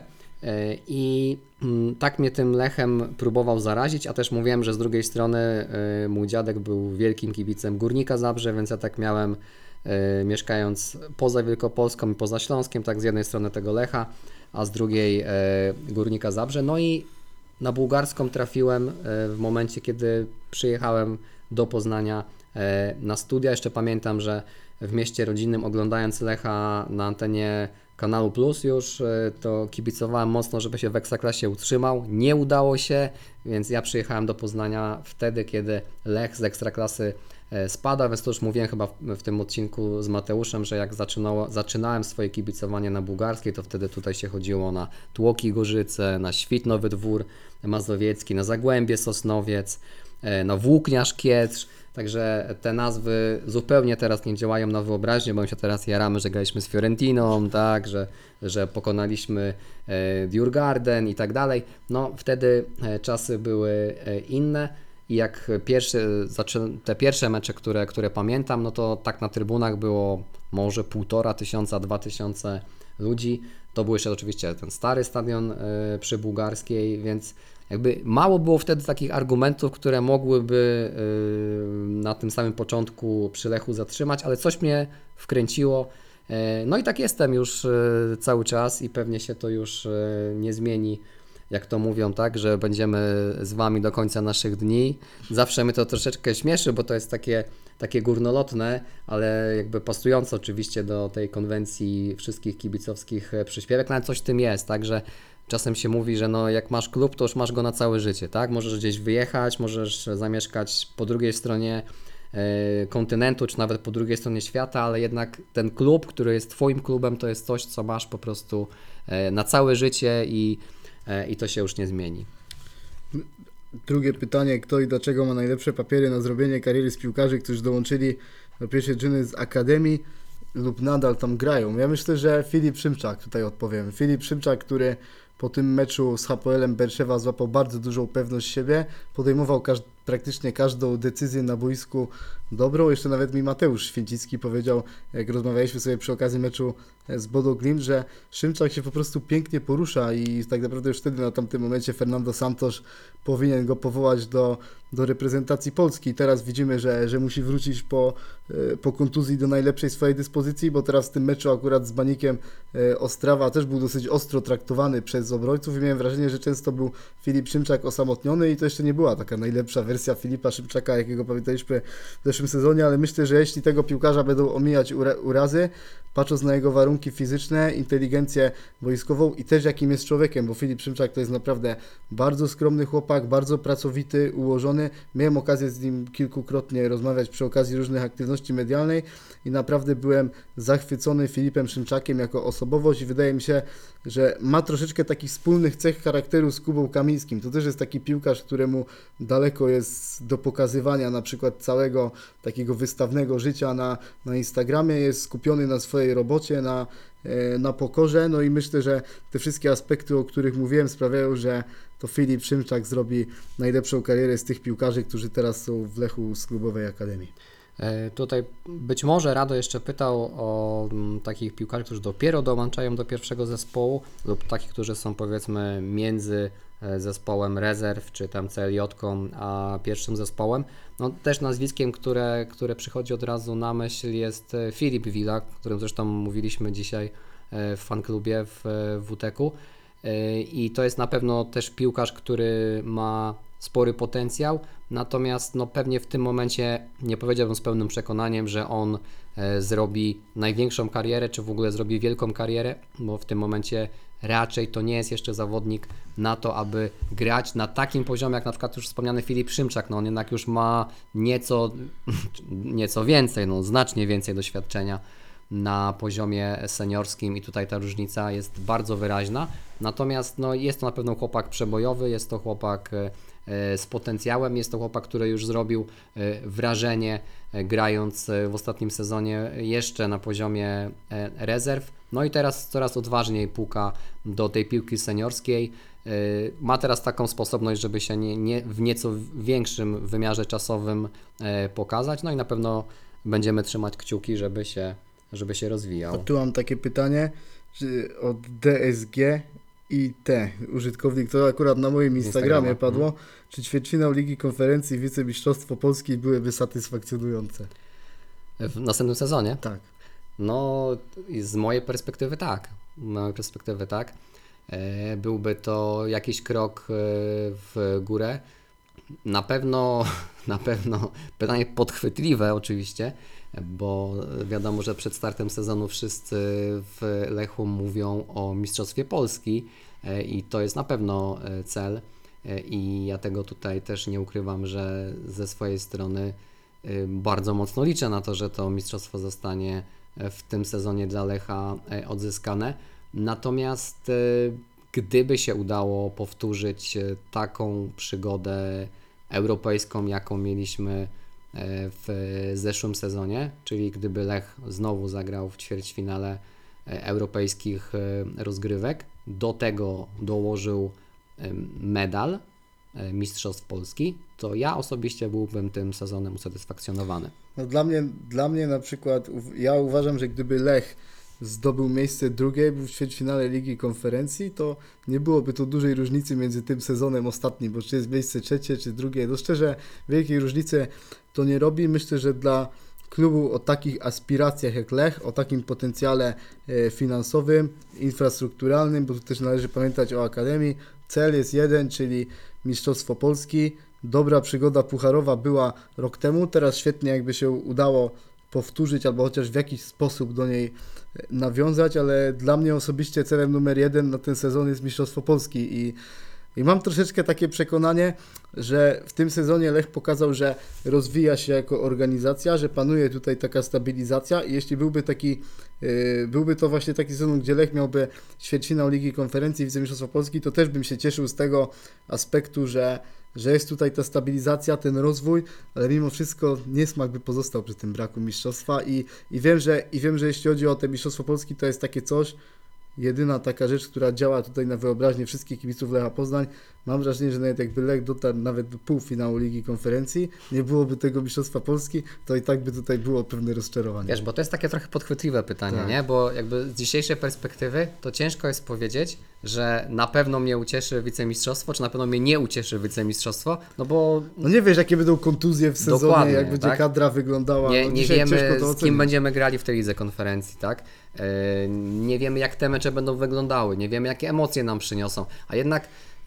A: I tak mnie tym Lechem próbował zarazić, a też mówiłem, że z drugiej strony mój dziadek był wielkim kibicem Górnika Zabrze, więc ja tak miałem, mieszkając poza Wielkopolską i poza Śląskiem, tak z jednej strony tego Lecha, a z drugiej Górnika Zabrze. No i na bułgarską trafiłem w momencie, kiedy przyjechałem do Poznania na studia. Jeszcze pamiętam, że w mieście rodzinnym, oglądając Lecha na antenie Kanalu Plus już, to kibicowałem mocno, żeby się w Ekstraklasie utrzymał. Nie udało się, więc ja przyjechałem do Poznania wtedy, kiedy Lech z Ekstraklasy spada, więc to już mówiłem chyba w tym odcinku z Mateuszem, że jak zaczynałem swoje kibicowanie na bułgarskiej, to wtedy tutaj się chodziło na Tłoki Gorzyce, na Świtnowy Dwór Mazowiecki, na Zagłębie Sosnowiec, na Włókniarz Kietrz. Także te nazwy zupełnie teraz nie działają na wyobraźnię, bo my się teraz jaramy, że graliśmy z Fiorentiną, tak, że pokonaliśmy Djurgården i tak dalej. No wtedy czasy były inne i jak te pierwsze mecze, które pamiętam, no to tak na trybunach było może 1500, 2000 ludzi. To był jeszcze oczywiście ten stary stadion przy Bułgarskiej, więc jakby mało było wtedy takich argumentów, które mogłyby na tym samym początku przy Lechu zatrzymać, ale coś mnie wkręciło. No i tak jestem już cały czas i pewnie się to już nie zmieni, jak to mówią, tak, że będziemy z Wami do końca naszych dni. Zawsze mnie to troszeczkę śmieszy, bo to jest takie górnolotne, ale jakby pasujące oczywiście do tej konwencji wszystkich kibicowskich przyśpiewek, no ale coś w tym jest, także czasem się mówi, że no jak masz klub, to już masz go na całe życie, tak? Możesz gdzieś wyjechać, możesz zamieszkać po drugiej stronie kontynentu, czy nawet po drugiej stronie świata, ale jednak ten klub, który jest Twoim klubem, to jest coś, co masz po prostu na całe życie i to się już nie zmieni.
B: Drugie pytanie, kto i dlaczego ma najlepsze papiery na zrobienie kariery z piłkarzy, którzy dołączyli do pierwszej drużyny z Akademii lub nadal tam grają? Ja myślę, że Filip Szymczak, tutaj odpowiem. Filip Szymczak, który po tym meczu z Hapoelem Berszewa złapał bardzo dużą pewność siebie, podejmował praktycznie każdą decyzję na boisku dobrą. Jeszcze nawet mi Mateusz Święcicki powiedział, jak rozmawialiśmy sobie przy okazji meczu z Bodo Glimt, że Szymczak się po prostu pięknie porusza i tak naprawdę już wtedy na tamtym momencie Fernando Santos powinien go powołać do reprezentacji Polski. I teraz widzimy, że musi wrócić po kontuzji do najlepszej swojej dyspozycji, bo teraz w tym meczu akurat z Banikiem Ostrawa też był dosyć ostro traktowany przez obrońców i miałem wrażenie, że często był Filip Szymczak osamotniony i to jeszcze nie była taka najlepsza wersja Filipa Szymczaka, jakiego pamiętaliśmy w zeszłym sezonie, ale myślę, że jeśli tego piłkarza będą omijać urazy, patrząc na jego warunki fizyczne, inteligencję boiskową i też jakim jest człowiekiem, bo Filip Szymczak to jest naprawdę bardzo skromny chłopak, bardzo pracowity, ułożony. Miałem okazję z nim kilkukrotnie rozmawiać przy okazji różnych aktywności medialnej i naprawdę byłem zachwycony Filipem Szymczakiem jako osobowość i wydaje mi się, że ma troszeczkę takich wspólnych cech charakteru z Kubą Kamińskim. To też jest taki piłkarz, któremu daleko jest do pokazywania na przykład całego takiego wystawnego życia na Instagramie, jest skupiony na swojej robocie, na pokorze, no i myślę, że te wszystkie aspekty, o których mówiłem, sprawiają, że to Filip Szymczak zrobi najlepszą karierę z tych piłkarzy, którzy teraz są w Lechu z klubowej akademii.
A: Tutaj być może Rado jeszcze pytał o takich piłkarzy, którzy dopiero dołączają do pierwszego zespołu lub takich, którzy są powiedzmy między zespołem rezerw czy tam CLJ-ką a pierwszym zespołem. No, też nazwiskiem, które przychodzi od razu na myśl jest Filip Villa, o którym zresztą mówiliśmy dzisiaj w fanklubie w WTK-u. i to jest na pewno też piłkarz, który ma spory potencjał, natomiast no pewnie w tym momencie nie powiedziałbym z pełnym przekonaniem, że on zrobi największą karierę, czy w ogóle zrobi wielką karierę, bo w tym momencie raczej to nie jest jeszcze zawodnik na to, aby grać na takim poziomie, jak na przykład już wspomniany Filip Szymczak. No on jednak już ma nieco więcej, no znacznie więcej doświadczenia na poziomie seniorskim i tutaj ta różnica jest bardzo wyraźna. Natomiast no, jest to na pewno chłopak przebojowy, jest to chłopak z potencjałem, jest to chłopak, który już zrobił wrażenie grając w ostatnim sezonie jeszcze na poziomie rezerw. No i teraz coraz odważniej puka do tej piłki seniorskiej. Ma teraz taką sposobność, żeby się w nieco większym wymiarze czasowym pokazać. No i na pewno będziemy trzymać kciuki, żeby się rozwijał.
B: A tu mam takie pytanie, czy od DSG i użytkownik, to akurat na moim Instagramie padło, czy ćwierćfinał Ligi Konferencji i wicemistrzostwo Polski byłyby satysfakcjonujące?
A: W następnym sezonie?
B: Tak.
A: No, z mojej perspektywy tak. Byłby to jakiś krok w górę. Na pewno pytanie podchwytliwe oczywiście, bo wiadomo, że przed startem sezonu wszyscy w Lechu mówią o Mistrzostwie Polski i to jest na pewno cel i ja tego tutaj też nie ukrywam, że ze swojej strony bardzo mocno liczę na to, że to mistrzostwo zostanie w tym sezonie dla Lecha odzyskane. Natomiast gdyby się udało powtórzyć taką przygodę europejską, jaką mieliśmy w zeszłym sezonie, czyli gdyby Lech znowu zagrał w ćwierćfinale europejskich rozgrywek, do tego dołożył medal Mistrzostw Polski, to ja osobiście byłbym tym sezonem usatysfakcjonowany.
B: No dla mnie na przykład, ja uważam, że gdyby Lech zdobył miejsce drugie, był w ćwierćfinale Ligi Konferencji, to nie byłoby tu dużej różnicy między tym sezonem ostatnim, bo czy jest miejsce trzecie, czy drugie. No szczerze, wielkiej różnicy to nie robi. Myślę, że dla klubu o takich aspiracjach jak Lech, o takim potencjale finansowym, infrastrukturalnym, bo tu też należy pamiętać o Akademii, cel jest jeden, czyli Mistrzostwo Polski. Dobra przygoda pucharowa była rok temu, teraz świetnie jakby się udało powtórzyć albo chociaż w jakiś sposób do niej nawiązać, ale dla mnie osobiście celem numer jeden na ten sezon jest Mistrzostwo Polski i mam troszeczkę takie przekonanie, że w tym sezonie Lech pokazał, że rozwija się jako organizacja, że panuje tutaj taka stabilizacja i jeśli byłby to właśnie taki sezon, gdzie Lech miałby ćwierćfinał Ligi Konferencji i wicemistrzostwa Polski, to też bym się cieszył z tego aspektu, że jest tutaj ta stabilizacja, ten rozwój, ale mimo wszystko niesmak by pozostał przy tym braku mistrzostwa i wiem, że jeśli chodzi o te mistrzostwo Polski, to jest takie coś, jedyna taka rzecz, która działa tutaj na wyobraźnię wszystkich kibiców Lecha Poznań. Mam wrażenie, że nawet jakby Lech dotarł nawet do półfinału Ligi Konferencji, nie byłoby tego Mistrzostwa Polski, to i tak by tutaj było pewne rozczarowanie.
A: Wiesz, bo to jest takie trochę podchwytliwe pytanie, tak. Nie? Bo jakby z dzisiejszej perspektywy to ciężko jest powiedzieć, że na pewno mnie ucieszy wicemistrzostwo, czy na pewno mnie nie ucieszy wicemistrzostwo, no bo...
B: No nie wiesz, jakie będą kontuzje w sezonie, dokładnie, jak będzie kadra wyglądała.
A: Nie wiemy, z kim będziemy grali w tej lidze konferencji, tak? Nie wiemy, jak te mecze będą wyglądały, nie wiemy, jakie emocje nam przyniosą, a jednak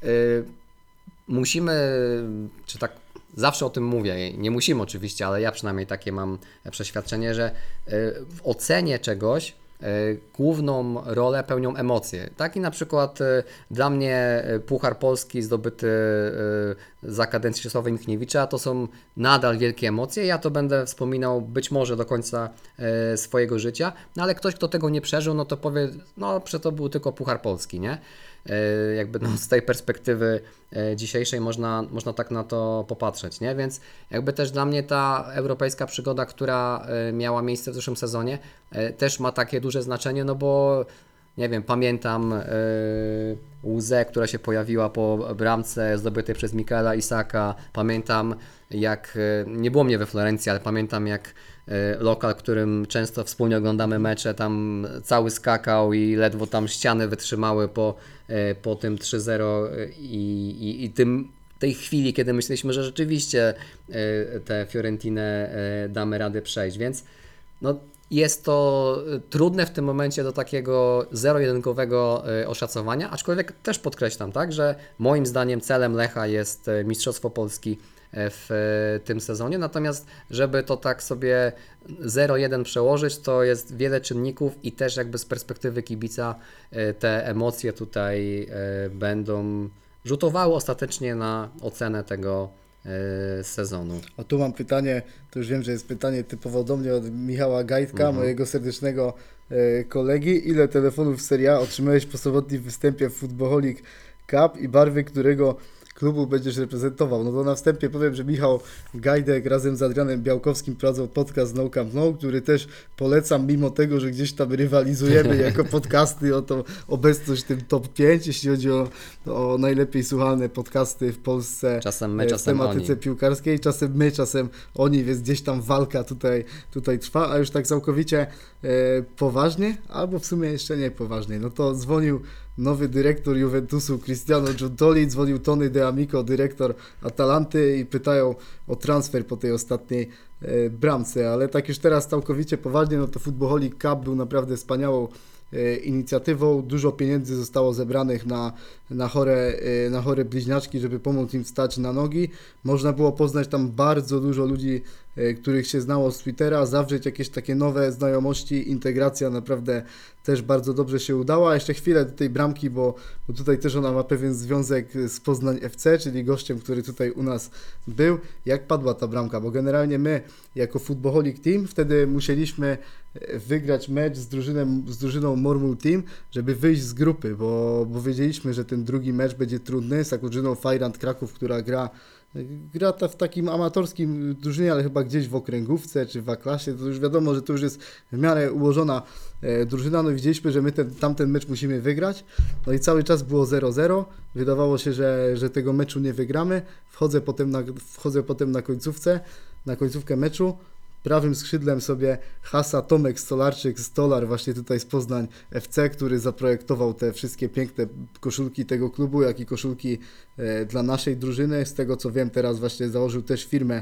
A: musimy, czy tak zawsze o tym mówię, nie musimy oczywiście, ale ja przynajmniej takie mam przeświadczenie, że w ocenie czegoś główną rolę pełnią emocje. Tak i na przykład dla mnie Puchar Polski zdobyty za kadencji Czesława Michniewicza to są nadal wielkie emocje. Ja to będę wspominał być może do końca swojego życia, no ale ktoś, kto tego nie przeżył, no to powie, no przecież to był tylko Puchar Polski, nie? Jakby no, z tej perspektywy dzisiejszej można tak na to popatrzeć, nie? Więc jakby też dla mnie ta europejska przygoda, która miała miejsce w zeszłym sezonie, też ma takie duże znaczenie, no bo nie wiem, pamiętam łzę, która się pojawiła po bramce zdobytej przez Mikaela Isaka, pamiętam jak, nie było mnie we Florencji, ale pamiętam jak lokal, którym często wspólnie oglądamy mecze, tam cały skakał i ledwo tam ściany wytrzymały po tym 3-0 i tej chwili, kiedy myśleliśmy, że rzeczywiście tę Fiorentinę damy radę przejść, więc no, jest to trudne w tym momencie do takiego zero-jedynkowego oszacowania, aczkolwiek też podkreślam, tak, że moim zdaniem celem Lecha jest Mistrzostwo Polski w tym sezonie, natomiast żeby to tak sobie 0-1 przełożyć, to jest wiele czynników i też jakby z perspektywy kibica te emocje tutaj będą rzutowały ostatecznie na ocenę tego sezonu.
B: A tu mam pytanie, to już wiem, że jest pytanie typowo do mnie od Michała Gajtka, mojego serdecznego kolegi. Ile telefonów Serie A otrzymałeś po sobotnim występie w Footballic Cup i barwy którego klubu będziesz reprezentował? No to na wstępie powiem, że Michał Gajdek razem z Adrianem Białkowskim prowadzą podcast No Camp No, który też polecam, mimo tego, że gdzieś tam rywalizujemy jako podcasty o tą obecność w tym top 5, jeśli chodzi o najlepiej słuchane podcasty w Polsce.
A: Czasem my,
B: w
A: czasem
B: tematyce
A: oni.
B: piłkarskiej. Czasem my, czasem oni, więc gdzieś tam walka tutaj trwa, a już tak całkowicie poważnie, albo w sumie jeszcze nie poważnie. No to dzwonił nowy dyrektor Juventusu Cristiano Giuntoli, dzwonił Tony De Amico, dyrektor Atalanty i pytają o transfer po tej ostatniej bramce, ale tak już teraz całkowicie poważnie, no to Footballic Cup był naprawdę wspaniałą inicjatywą. Dużo pieniędzy zostało zebranych na chore bliźniaczki, żeby pomóc im wstać na nogi. Można było poznać tam bardzo dużo ludzi, których się znało z Twittera, zawrzeć jakieś takie nowe znajomości, integracja naprawdę też bardzo dobrze się udała. Jeszcze chwilę do tej bramki, bo tutaj też ona ma pewien związek z Poznań FC, czyli gościem, który tutaj u nas był. Jak padła ta bramka? Bo generalnie my jako Footballic Team wtedy musieliśmy wygrać mecz z drużyną Mormul Team, żeby wyjść z grupy, bo wiedzieliśmy, że ten drugi mecz będzie trudny z taką drużyną Fajrant Kraków, która gra w takim amatorskim drużynie, ale chyba gdzieś w okręgówce czy w A-klasie, to już wiadomo, że to już jest w miarę ułożona drużyna, no widzieliśmy, że my tamten mecz musimy wygrać, no i cały czas było 0-0, wydawało się, że tego meczu nie wygramy, wchodzę potem na końcówkę meczu, prawym skrzydłem sobie hasa Tomek Stolar właśnie tutaj z Poznań FC, który zaprojektował te wszystkie piękne koszulki tego klubu, jak i koszulki dla naszej drużyny. Z tego co wiem, teraz właśnie założył też firmę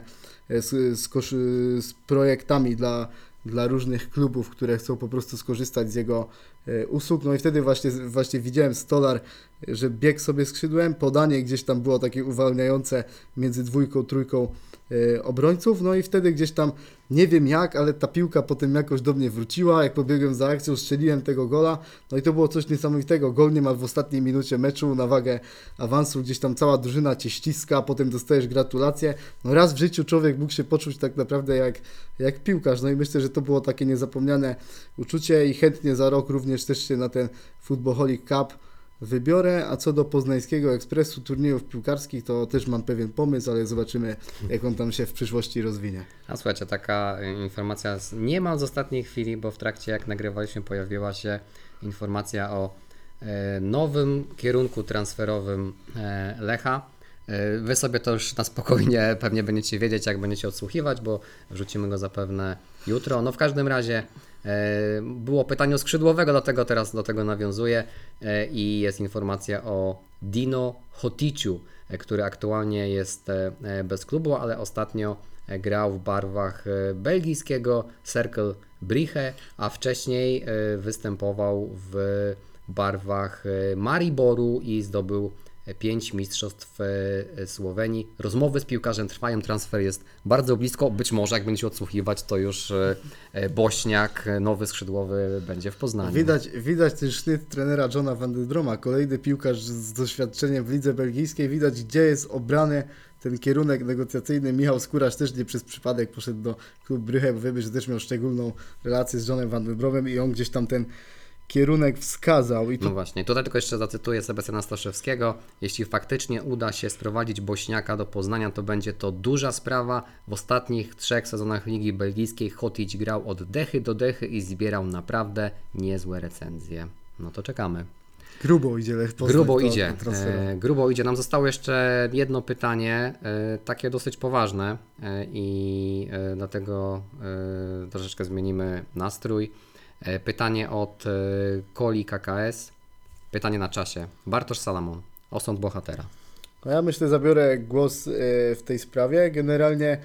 B: z projektami dla różnych klubów, które chcą po prostu skorzystać z jego usług. No i wtedy właśnie widziałem Stolar, że biegł sobie skrzydłem, podanie gdzieś tam było takie uwalniające między dwójką, trójką obrońców, no i wtedy gdzieś tam, nie wiem jak, ale ta piłka potem jakoś do mnie wróciła, jak pobiegłem za akcją, strzeliłem tego gola, no i to było coś niesamowitego, gol niemal w ostatniej minucie meczu, na wagę awansu, gdzieś tam cała drużyna Cię ściska, potem dostajesz gratulacje, no raz w życiu człowiek mógł się poczuć tak naprawdę jak piłkarz, no i myślę, że to było takie niezapomniane uczucie i chętnie za rok również też się na ten Footballic Cup wybiorę, a co do Poznańskiego Ekspresu, turniejów piłkarskich, to też mam pewien pomysł, ale zobaczymy, jak on tam się w przyszłości rozwinie.
A: A słuchajcie, taka informacja niemal z ostatniej chwili, bo w trakcie jak nagrywaliśmy pojawiła się informacja o nowym kierunku transferowym Lecha. Wy sobie to już na spokojnie pewnie będziecie wiedzieć, jak będziecie odsłuchiwać, bo wrzucimy go zapewne jutro. No w każdym razie było pytanie o skrzydłowego, dlatego teraz do tego nawiązuję i jest informacja o Dino Hoticiu, który aktualnie jest bez klubu, ale ostatnio grał w barwach belgijskiego Cercle Brugge, a wcześniej występował w barwach Mariboru i zdobył 5 mistrzostw Słowenii. Rozmowy z piłkarzem trwają, transfer jest bardzo blisko. Być może jak będziecie odsłuchiwać, to już Bośniak, nowy skrzydłowy, będzie w Poznaniu.
B: Widać ten sznyt trenera Johna van den Broma, kolejny piłkarz z doświadczeniem w lidze belgijskiej. Widać, gdzie jest obrany ten kierunek negocjacyjny. Michał Skóraś też nie przez przypadek poszedł do klubu Brugge, bo wiemy, że też miał szczególną relację z Johnem van den Bromem i on gdzieś tam ten kierunek wskazał.
A: No właśnie, tutaj tylko jeszcze zacytuję Sebastiana Staszewskiego. Jeśli faktycznie uda się sprowadzić Bośniaka do Poznania, to będzie to duża sprawa. W ostatnich 3 sezonach Ligi Belgijskiej Hotić grał od dechy do dechy i zbierał naprawdę niezłe recenzje. No to czekamy.
B: Grubo idzie Lech Poznań.
A: Grubo idzie. Nam zostało jeszcze jedno pytanie, takie dosyć poważne i dlatego troszeczkę zmienimy nastrój. Pytanie od Koli KKS. Pytanie na czasie. Bartosz Salamon. Osąd bohatera.
B: No ja myślę, zabiorę głos w tej sprawie. Generalnie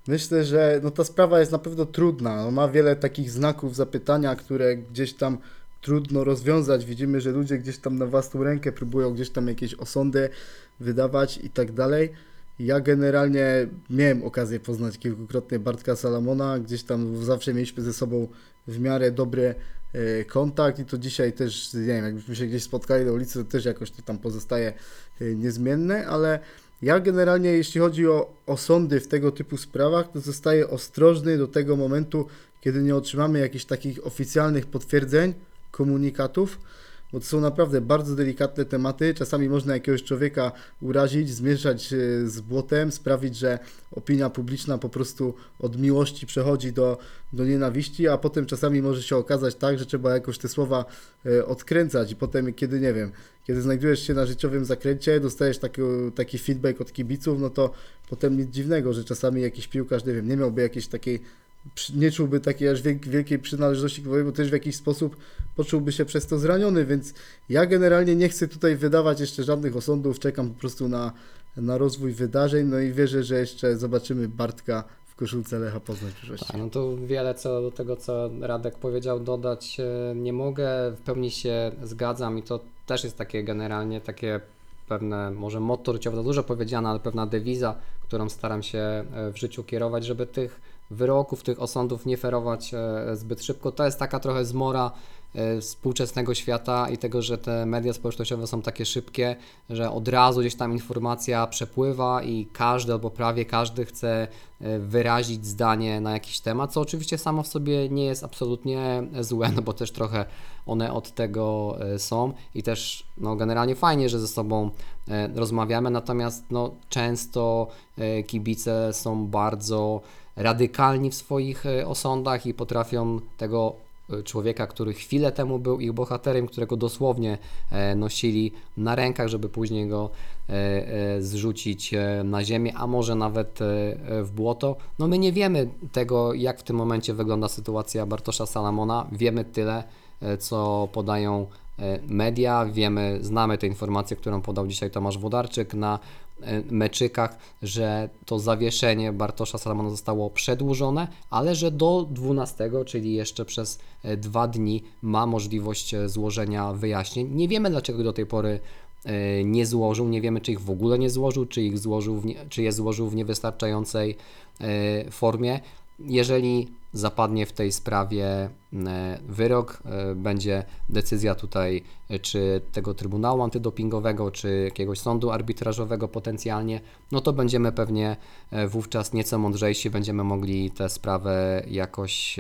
B: Myślę, że no ta sprawa jest na pewno trudna. No ma wiele takich znaków zapytania, które gdzieś tam trudno rozwiązać. Widzimy, że ludzie gdzieś tam na własną rękę próbują gdzieś tam jakieś osądy wydawać i tak dalej. Ja generalnie miałem okazję poznać kilkukrotnie Bartka Salamona, gdzieś tam zawsze mieliśmy ze sobą w miarę dobry kontakt i to dzisiaj też, nie wiem, jakbyśmy się gdzieś spotkali na ulicy, to też jakoś to tam pozostaje niezmienne, ale ja generalnie, jeśli chodzi o sądy w tego typu sprawach, to zostaję ostrożny do tego momentu, kiedy nie otrzymamy jakichś takich oficjalnych potwierdzeń, komunikatów, bo to są naprawdę bardzo delikatne tematy. Czasami można jakiegoś człowieka urazić, zmieszać z błotem, sprawić, że opinia publiczna po prostu od miłości przechodzi do nienawiści, a potem czasami może się okazać tak, że trzeba jakoś te słowa odkręcać i potem, kiedy nie wiem, kiedy znajdujesz się na życiowym zakręcie, dostajesz taki feedback od kibiców, no to potem nic dziwnego, że czasami jakiś piłkarz, nie wiem, nie miałby jakiejś takiej, nie czułby takiej aż wielkiej przynależności klubowej, bo też w jakiś sposób poczułby się przez to zraniony, więc ja generalnie nie chcę tutaj wydawać jeszcze żadnych osądów, czekam po prostu na rozwój wydarzeń, no i wierzę, że jeszcze zobaczymy Bartka w koszulce Lecha Poznań w przyszłości.
A: Tak, no to wiele co do tego, co Radek powiedział, dodać nie mogę. W pełni się zgadzam i to też jest takie generalnie takie pewne, może motto życiowe, to dużo powiedziane, ale pewna dewiza, którą staram się w życiu kierować, żeby tych wyroków, tych osądów nie ferować zbyt szybko. To jest taka trochę zmora współczesnego świata i tego, że te media społecznościowe są takie szybkie, że od razu gdzieś tam informacja przepływa i każdy albo prawie każdy chce wyrazić zdanie na jakiś temat, co oczywiście samo w sobie nie jest absolutnie złe, no bo też trochę one od tego są i też no, generalnie fajnie, że ze sobą rozmawiamy, natomiast no, często kibice są bardzo radykalni w swoich osądach i potrafią tego człowieka, który chwilę temu był ich bohaterem, którego dosłownie nosili na rękach, żeby później go zrzucić na ziemię, a może nawet w błoto. No my nie wiemy tego, jak w tym momencie wygląda sytuacja Bartosza Salamona. Wiemy tyle, co podają media, znamy tę informację, którą podał dzisiaj Tomasz Włodarczyk na meczykach, że to zawieszenie Bartosza Salamona zostało przedłużone, ale że do 12, czyli jeszcze przez 2 dni ma możliwość złożenia wyjaśnień. Nie wiemy, dlaczego do tej pory nie złożył, nie wiemy, czy ich w ogóle nie złożył, czy je złożył w niewystarczającej formie. Jeżeli zapadnie w tej sprawie wyrok, będzie decyzja tutaj czy tego Trybunału Antydopingowego, czy jakiegoś sądu arbitrażowego potencjalnie, no to będziemy pewnie wówczas nieco mądrzejsi, będziemy mogli tę sprawę jakoś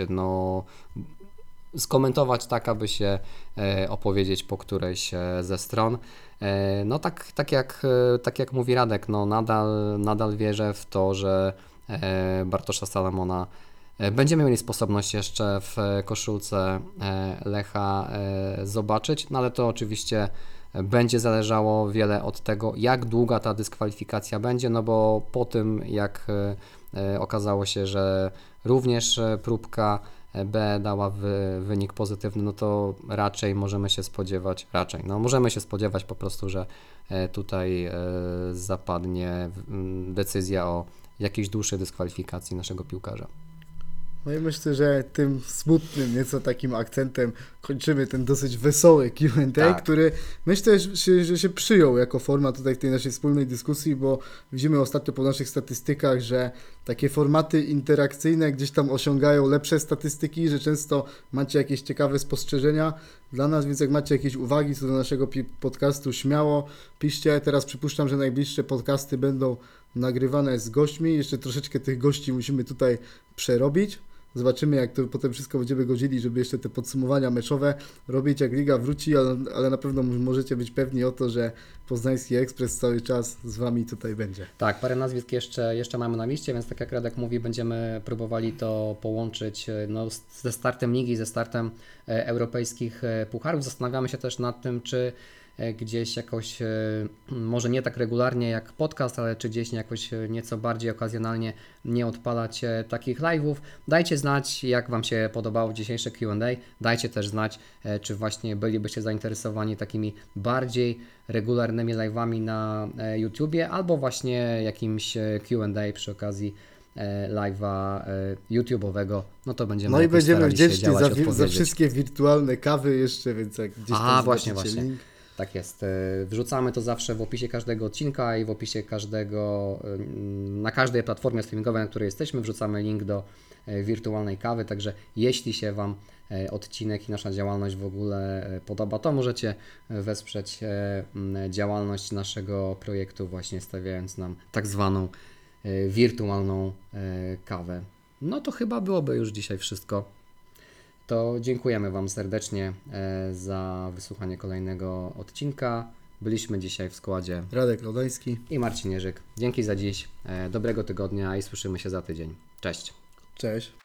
A: skomentować tak, aby się opowiedzieć po którejś ze stron. No tak jak mówi Radek, no nadal wierzę w to, że Bartosza Salamona będziemy mieli sposobność jeszcze w koszulce Lecha zobaczyć, no ale to oczywiście będzie zależało wiele od tego, jak długa ta dyskwalifikacja będzie, no bo po tym jak okazało się, że również próbka B dała wynik pozytywny, no to możemy się spodziewać po prostu, że tutaj zapadnie decyzja o jakiejś dłuższej dyskwalifikacji naszego piłkarza.
B: No i myślę, że tym smutnym nieco takim akcentem kończymy ten dosyć wesoły Q&A,
A: Tak.
B: który myślę, że się przyjął jako forma tutaj w tej naszej wspólnej dyskusji, bo widzimy ostatnio po naszych statystykach, że takie formaty interakcyjne gdzieś tam osiągają lepsze statystyki, że często macie jakieś ciekawe spostrzeżenia dla nas, więc jak macie jakieś uwagi co do naszego podcastu, śmiało piszcie. Teraz przypuszczam, że najbliższe podcasty będą nagrywane z gośćmi. Jeszcze troszeczkę tych gości musimy tutaj przerobić. Zobaczymy, jak to potem wszystko będziemy godzili, żeby jeszcze te podsumowania meczowe robić, jak liga wróci, ale na pewno możecie być pewni o to, że Poznański Ekspres cały czas z Wami tutaj będzie.
A: Tak, parę nazwisk jeszcze mamy na liście, więc tak jak Radek mówi, będziemy próbowali to połączyć ze startem ligi, ze startem europejskich pucharów. Zastanawiamy się też nad tym, czy gdzieś jakoś, może nie tak regularnie jak podcast, ale czy gdzieś jakoś nieco bardziej okazjonalnie nie odpalać takich live'ów. Dajcie znać, jak Wam się podobało dzisiejsze Q&A. Dajcie też znać, czy właśnie bylibyście zainteresowani takimi bardziej regularnymi live'ami na YouTubie, albo właśnie jakimś Q&A przy okazji live'a YouTube'owego, no to będziemy
B: No i
A: jakoś
B: będziemy
A: starali się
B: wdzięczni
A: działać,
B: za
A: odpowiedzieć.
B: wszystkie wirtualne kawy jeszcze, więc jak gdzieś tam
A: Właśnie,
B: zobaczycie
A: właśnie.
B: link.
A: Tak jest. Wrzucamy to zawsze w opisie każdego odcinka i w opisie na każdej platformie streamingowej, na której jesteśmy, wrzucamy link do wirtualnej kawy, także jeśli się Wam odcinek i nasza działalność w ogóle podoba, to możecie wesprzeć działalność naszego projektu właśnie stawiając nam tak zwaną wirtualną kawę. No to chyba byłoby już dzisiaj wszystko. To dziękujemy Wam serdecznie za wysłuchanie kolejnego odcinka. Byliśmy dzisiaj w składzie
B: Radek Lodański.
A: i Marcin Jerzyk. Dzięki za dziś, dobrego tygodnia i słyszymy się za tydzień. Cześć!
B: Cześć.